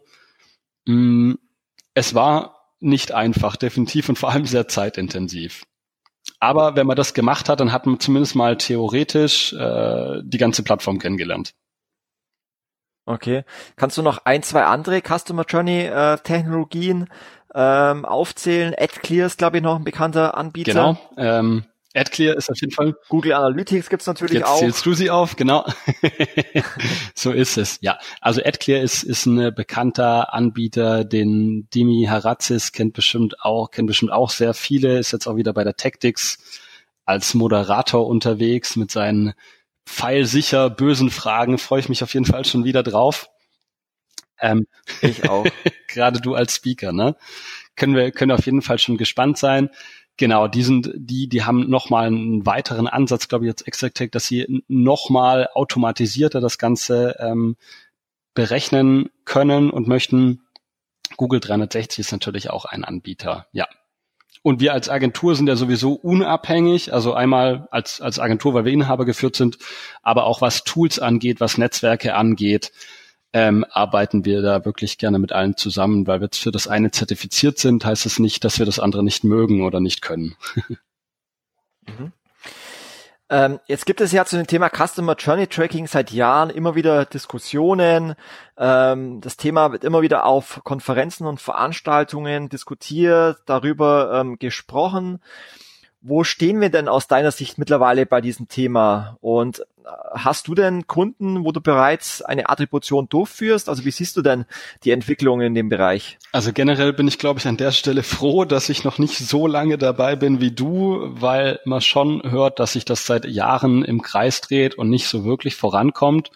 Es war nicht einfach, definitiv, und vor allem sehr zeitintensiv. Aber wenn man das gemacht hat, dann hat man zumindest mal theoretisch äh, die ganze Plattform kennengelernt. Okay. Kannst du noch ein, zwei andere Customer Journey äh, Technologien ähm, aufzählen? AdClear ist, glaube ich, noch ein bekannter Anbieter. Genau. Ähm, AdClear ist auf jeden Fall. Google Analytics gibt's natürlich Jetzt auch. Jetzt zählst du sie auf, genau. So ist es. Ja, also AdClear ist ist ein bekannter Anbieter, den Dimi Harazis kennt bestimmt auch, kennt bestimmt auch sehr viele. Ist jetzt auch wieder bei der Tactics als Moderator unterwegs mit seinen pfeilsicher bösen Fragen. Freue ich mich auf jeden Fall schon wieder drauf. Ähm, ich auch. Gerade du als Speaker, ne? Können wir können auf jeden Fall schon gespannt sein. Genau, die sind, die, die haben nochmal einen weiteren Ansatz, glaube ich, jetzt Exactech, dass sie nochmal automatisierter das Ganze ähm, berechnen können und möchten. Google dreihundertsechzig ist natürlich auch ein Anbieter, ja. Und wir als Agentur sind ja sowieso unabhängig, also einmal als, als Agentur, weil wir Inhaber geführt sind, aber auch was Tools angeht, was Netzwerke angeht, Ähm, arbeiten wir da wirklich gerne mit allen zusammen, weil wir jetzt für das eine zertifiziert sind, heißt es nicht, dass wir das andere nicht mögen oder nicht können. mhm. ähm, jetzt gibt es ja zu dem Thema Customer Journey Tracking seit Jahren immer wieder Diskussionen. Ähm, das Thema wird immer wieder auf Konferenzen und Veranstaltungen diskutiert, darüber ähm, gesprochen. Wo stehen wir denn aus deiner Sicht mittlerweile bei diesem Thema? Und hast du denn Kunden, wo du bereits eine Attribution durchführst? Also wie siehst du denn die Entwicklung in dem Bereich? Also generell bin ich, glaube ich, an der Stelle froh, dass ich noch nicht so lange dabei bin wie du, weil man schon hört, dass sich das seit Jahren im Kreis dreht und nicht so wirklich vorankommt.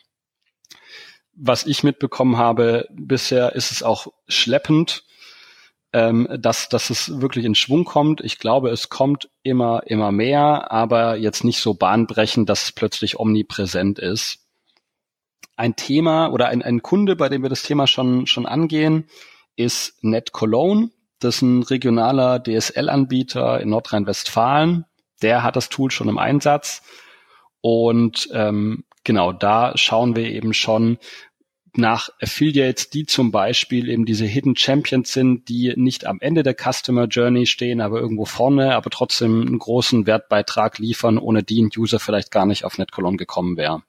Was ich mitbekommen habe, bisher ist es auch schleppend, ähm, dass, dass es wirklich in Schwung kommt. Ich glaube, es kommt immer, immer mehr, aber jetzt nicht so bahnbrechend, dass es plötzlich omnipräsent ist. Ein Thema oder ein, ein Kunde, bei dem wir das Thema schon, schon angehen, ist NetCologne. Das ist ein regionaler D S L-Anbieter in Nordrhein-Westfalen. Der hat das Tool schon im Einsatz. Und ähm, genau, da schauen wir eben schon nach Affiliates, die zum Beispiel eben diese Hidden Champions sind, die nicht am Ende der Customer Journey stehen, aber irgendwo vorne, aber trotzdem einen großen Wertbeitrag liefern, ohne die ein User vielleicht gar nicht auf NetCologne gekommen wäre.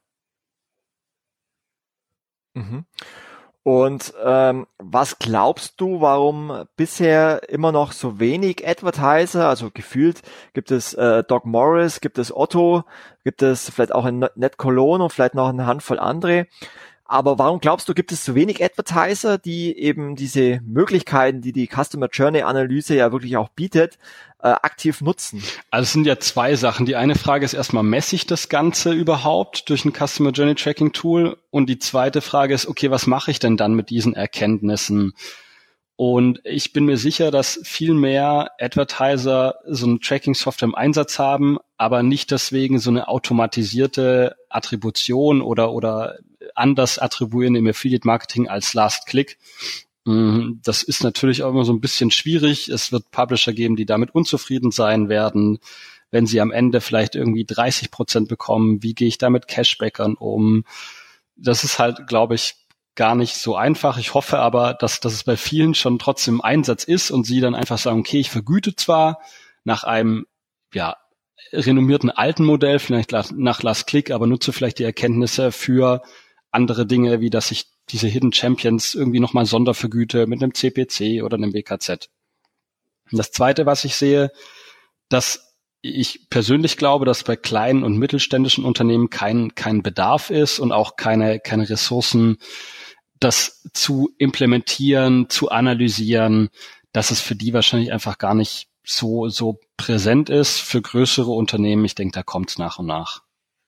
Mhm. Und ähm, was glaubst du, warum bisher immer noch so wenig Advertiser, also gefühlt gibt es äh, Doc Morris, gibt es Otto, gibt es vielleicht auch in NetCologne und vielleicht noch eine Handvoll andere. Aber warum glaubst du, gibt es so wenig Advertiser, die eben diese Möglichkeiten, die die Customer Journey Analyse ja wirklich auch bietet, äh, aktiv nutzen? Also es sind ja zwei Sachen. Die eine Frage ist erstmal, messe ich das Ganze überhaupt durch ein Customer Journey Tracking Tool? Und die zweite Frage ist, okay, was mache ich denn dann mit diesen Erkenntnissen? Und ich bin mir sicher, dass viel mehr Advertiser so eine Tracking-Software im Einsatz haben, aber nicht deswegen so eine automatisierte Attribution oder oder anders attribuieren im Affiliate-Marketing als Last-Click. Das ist natürlich auch immer so ein bisschen schwierig. Es wird Publisher geben, die damit unzufrieden sein werden, wenn sie am Ende vielleicht irgendwie dreißig Prozent bekommen. Wie gehe ich da mit Cashbackern um? Das ist halt, glaube ich, gar nicht so einfach. Ich hoffe aber, dass, dass es bei vielen schon trotzdem im Einsatz ist und sie dann einfach sagen, okay, ich vergüte zwar, nach einem, ja, renommierten alten Modell, vielleicht nach Last Click, aber nutze vielleicht die Erkenntnisse für andere Dinge, wie dass ich diese Hidden Champions irgendwie nochmal sondervergüte mit einem C P C oder einem W K Z. Und das Zweite, was ich sehe, dass ich persönlich glaube, dass bei kleinen und mittelständischen Unternehmen kein kein Bedarf ist und auch keine keine Ressourcen, das zu implementieren, zu analysieren, dass es für die wahrscheinlich einfach gar nicht so so präsent ist. Für größere Unternehmen, ich denke, da kommt es nach und nach.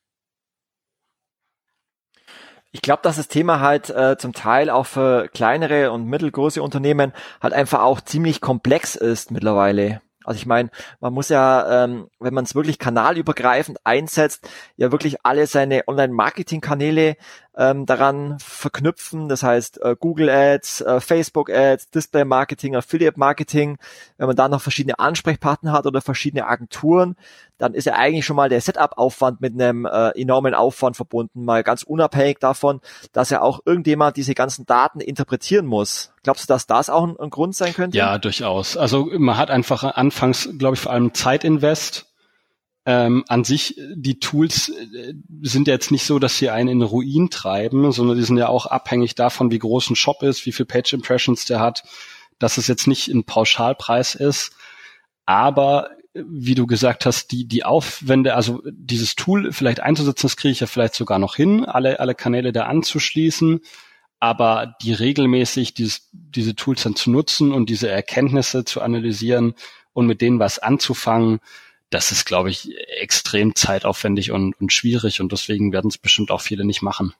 Ich glaube, dass das Thema halt äh, zum Teil auch für kleinere und mittelgroße Unternehmen halt einfach auch ziemlich komplex ist mittlerweile. Also ich meine, man muss ja, ähm, wenn man es wirklich kanalübergreifend einsetzt, ja wirklich alle seine Online-Marketing-Kanäle ähm, daran verknüpfen. Das heißt äh, Google Ads, äh, Facebook Ads, Display-Marketing, Affiliate-Marketing. Wenn man da noch verschiedene Ansprechpartner hat oder verschiedene Agenturen, dann ist ja eigentlich schon mal der Setup-Aufwand mit einem äh, enormen Aufwand verbunden, mal ganz unabhängig davon, dass ja auch irgendjemand diese ganzen Daten interpretieren muss. Glaubst du, dass das auch ein, ein Grund sein könnte? Ja, durchaus. Also man hat einfach anfangs, glaube ich, vor allem Zeitinvest. Ähm, an sich, die Tools äh, sind ja jetzt nicht so, dass sie einen in Ruin treiben, sondern die sind ja auch abhängig davon, wie groß ein Shop ist, wie viel Page Impressions der hat, dass es jetzt nicht ein Pauschalpreis ist. Aber wie du gesagt hast, die die Aufwände, also dieses Tool vielleicht einzusetzen, das kriege ich ja vielleicht sogar noch hin, alle alle Kanäle da anzuschließen, aber die regelmäßig dieses, diese Tools dann zu nutzen und diese Erkenntnisse zu analysieren und mit denen was anzufangen, das ist, glaube ich, extrem zeitaufwendig und, und schwierig und deswegen werden es bestimmt auch viele nicht machen.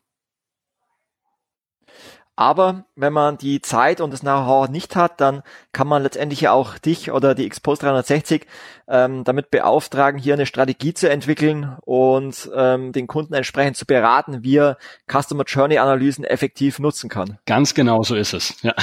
Aber wenn man die Zeit und das Know-how nicht hat, dann kann man letztendlich ja auch dich oder die Xpost dreihundertsechzig ähm, damit beauftragen, hier eine Strategie zu entwickeln und ähm, den Kunden entsprechend zu beraten, wie er Customer Journey Analysen effektiv nutzen kann. Ganz genau so ist es, ja.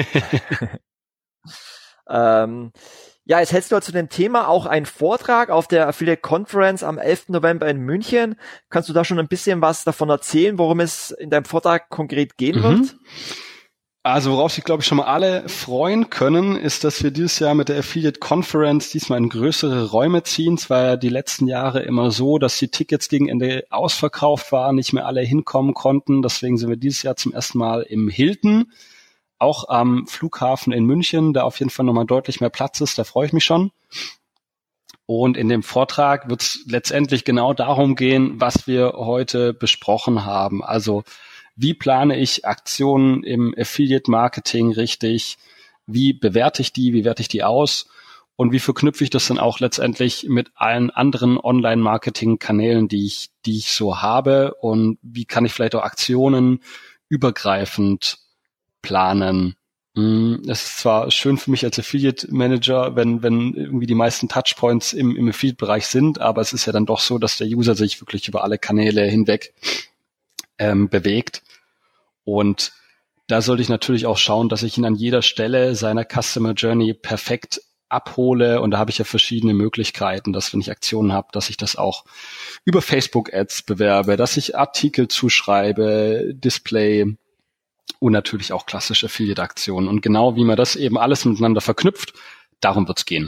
ähm, Ja, jetzt hältst du zu dem Thema auch einen Vortrag auf der Affiliate Conference am elften November in München. Kannst du da schon ein bisschen was davon erzählen, worum es in deinem Vortrag konkret gehen mhm. wird? Also worauf sich, glaube ich, schon mal alle freuen können, ist, dass wir dieses Jahr mit der Affiliate Conference diesmal in größere Räume ziehen. Es war ja die letzten Jahre immer so, dass die Tickets gegen Ende ausverkauft waren, nicht mehr alle hinkommen konnten. Deswegen sind wir dieses Jahr zum ersten Mal im Hilton. Auch am Flughafen in München, da auf jeden Fall nochmal deutlich mehr Platz ist, da freue ich mich schon. Und in dem Vortrag wird es letztendlich genau darum gehen, was wir heute besprochen haben. Also wie plane ich Aktionen im Affiliate-Marketing richtig? Wie bewerte ich die? Wie werte ich die aus? Und wie verknüpfe ich das dann auch letztendlich mit allen anderen Online-Marketing-Kanälen, die ich, die ich so habe? Und wie kann ich vielleicht auch Aktionen übergreifend planen? Es ist zwar schön für mich als Affiliate Manager, wenn wenn irgendwie die meisten Touchpoints im, im Affiliate-Bereich sind, aber es ist ja dann doch so, dass der User sich wirklich über alle Kanäle hinweg ähm, bewegt. Und da sollte ich natürlich auch schauen, dass ich ihn an jeder Stelle seiner Customer Journey perfekt abhole. Und da habe ich ja verschiedene Möglichkeiten, dass wenn ich Aktionen habe, dass ich das auch über Facebook-Ads bewerbe, dass ich Artikel zuschreibe, Display und natürlich auch klassische Affiliate-Aktionen. Und genau wie man das eben alles miteinander verknüpft, darum wird's gehen.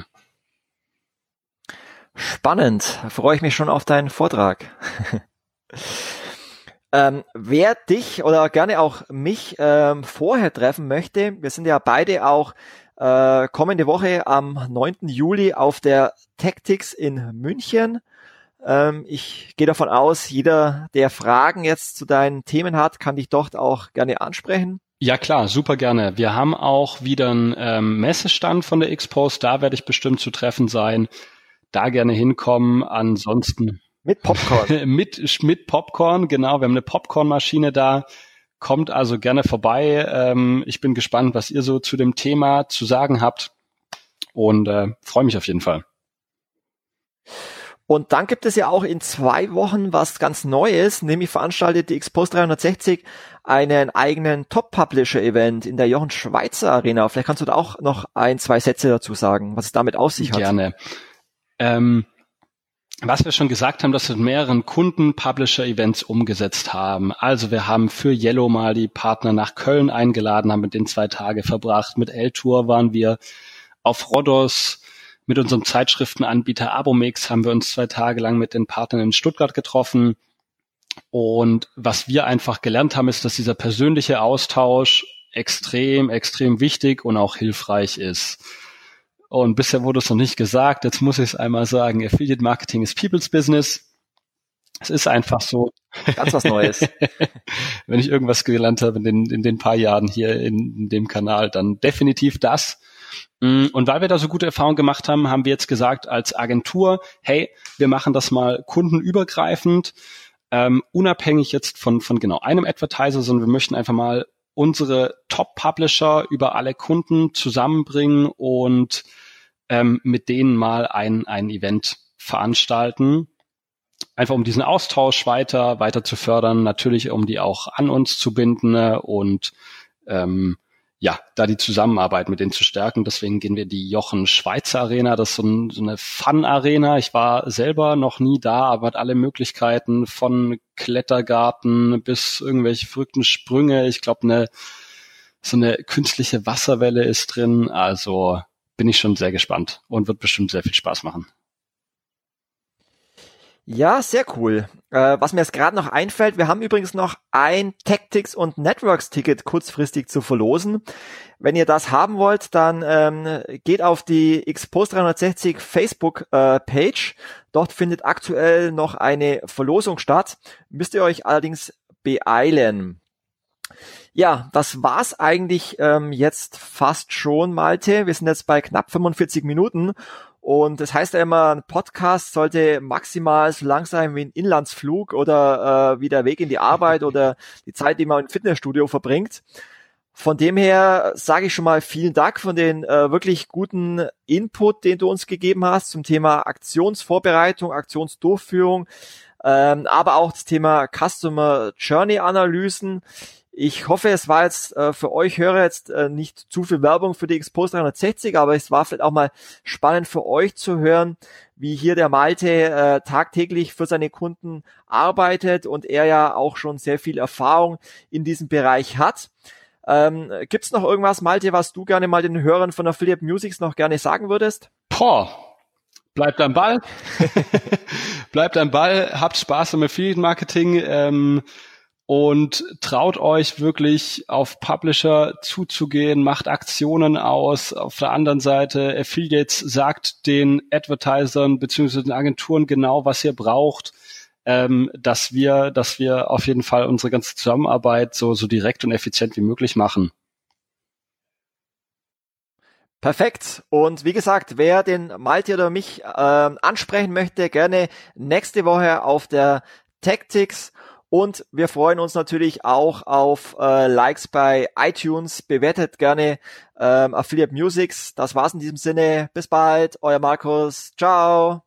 Spannend. Da freue ich mich schon auf deinen Vortrag. ähm, wer dich oder gerne auch mich ähm, vorher treffen möchte, wir sind ja beide auch äh, kommende Woche am neunten Juli auf der Tactics in München. Ähm, ich gehe davon aus, jeder, der Fragen jetzt zu deinen Themen hat, kann dich dort auch gerne ansprechen. Ja klar, super gerne. Wir haben auch wieder einen ähm, Messestand von der Xpost, da werde ich bestimmt zu treffen sein. Da gerne hinkommen, ansonsten... Mit Popcorn. mit, mit Popcorn, genau. Wir haben eine Popcornmaschine da. Kommt also gerne vorbei. Ähm, ich bin gespannt, was ihr so zu dem Thema zu sagen habt und äh, freue mich auf jeden Fall. Und dann gibt es ja auch in zwei Wochen was ganz Neues, nämlich veranstaltet die Xpost dreihundertsechzig einen eigenen Top-Publisher-Event in der Jochen Schweizer Arena. Vielleicht kannst du da auch noch ein, zwei Sätze dazu sagen, was es damit auf sich hat. Gerne. Ähm, was wir schon gesagt haben, dass wir mit mehreren Kunden Publisher-Events umgesetzt haben. Also wir haben für Yellow mal die Partner nach Köln eingeladen, haben mit denen zwei Tage verbracht. Mit L-Tour waren wir auf Rhodos. mit unserem Zeitschriftenanbieter Abomix haben wir uns zwei Tage lang mit den Partnern in Stuttgart getroffen. Und was wir einfach gelernt haben, ist, dass dieser persönliche Austausch extrem, extrem wichtig und auch hilfreich ist. Und bisher wurde es noch nicht gesagt, jetzt muss ich es einmal sagen, Affiliate Marketing ist People's Business. Es ist einfach so. Ganz was Neues. Wenn ich irgendwas gelernt habe in den, in den paar Jahren hier in, in dem Kanal, dann definitiv das. Und weil wir da so gute Erfahrungen gemacht haben, haben wir jetzt gesagt als Agentur, hey, wir machen das mal kundenübergreifend, ähm, unabhängig jetzt von, von genau einem Advertiser, sondern wir möchten einfach mal unsere Top-Publisher über alle Kunden zusammenbringen und ähm, mit denen mal ein, ein Event veranstalten. Einfach um diesen Austausch weiter, weiter zu fördern, natürlich um die auch an uns zu binden und ähm, ja, da die Zusammenarbeit mit denen zu stärken. Deswegen gehen wir die Jochen Schweizer Arena, das ist so, ein, so eine Fun-Arena. Ich war selber noch nie da, aber hat alle Möglichkeiten von Klettergarten bis irgendwelche verrückten Sprünge. Ich glaube, eine so eine künstliche Wasserwelle ist drin. Also bin ich schon sehr gespannt und wird bestimmt sehr viel Spaß machen. Ja, sehr cool. Äh, was mir jetzt gerade noch einfällt, wir haben übrigens noch ein Tactics und Networks Ticket kurzfristig zu verlosen. Wenn ihr das haben wollt, dann ähm, geht auf die X Post dreihundertsechzig Facebook äh, Page. Dort findet aktuell noch eine Verlosung statt. Müsst ihr euch allerdings beeilen. Ja, das war's eigentlich ähm, jetzt fast schon, Malte. Wir sind jetzt bei knapp fünfundvierzig Minuten. Und das heißt ja immer, ein Podcast sollte maximal so lang sein wie ein Inlandsflug oder äh, wie der Weg in die Arbeit oder die Zeit, die man im Fitnessstudio verbringt. Von dem her sage ich schon mal vielen Dank für den äh, wirklich guten Input, den du uns gegeben hast zum Thema Aktionsvorbereitung, Aktionsdurchführung, ähm, aber auch das Thema Customer Journey Analysen. Ich hoffe, es war jetzt äh, für euch Hörer jetzt äh, nicht zu viel Werbung für die X Post dreihundertsechzig, aber es war vielleicht auch mal spannend für euch zu hören, wie hier der Malte äh, tagtäglich für seine Kunden arbeitet und er ja auch schon sehr viel Erfahrung in diesem Bereich hat. Ähm, gibt's noch irgendwas, Malte, was du gerne mal den Hörern von Affiliate Musics noch gerne sagen würdest? Boah, bleibt am Ball. Bleibt am Ball, habt Spaß am Affiliate Marketing. Ähm, Und traut euch wirklich auf Publisher zuzugehen, macht Aktionen aus. Auf der anderen Seite, Affiliates sagt den Advertisern bzw. den Agenturen genau, was ihr braucht, ähm, dass wir, dass wir auf jeden Fall unsere ganze Zusammenarbeit so, so direkt und effizient wie möglich machen. Perfekt. Und wie gesagt, wer den Malte oder mich äh, ansprechen möchte, gerne nächste Woche auf der Tactics. Und wir freuen uns natürlich auch auf äh, Likes bei iTunes. Bewertet gerne ähm, Affiliate Musics. Das war's in diesem Sinne. Bis bald. Euer Markus. Ciao.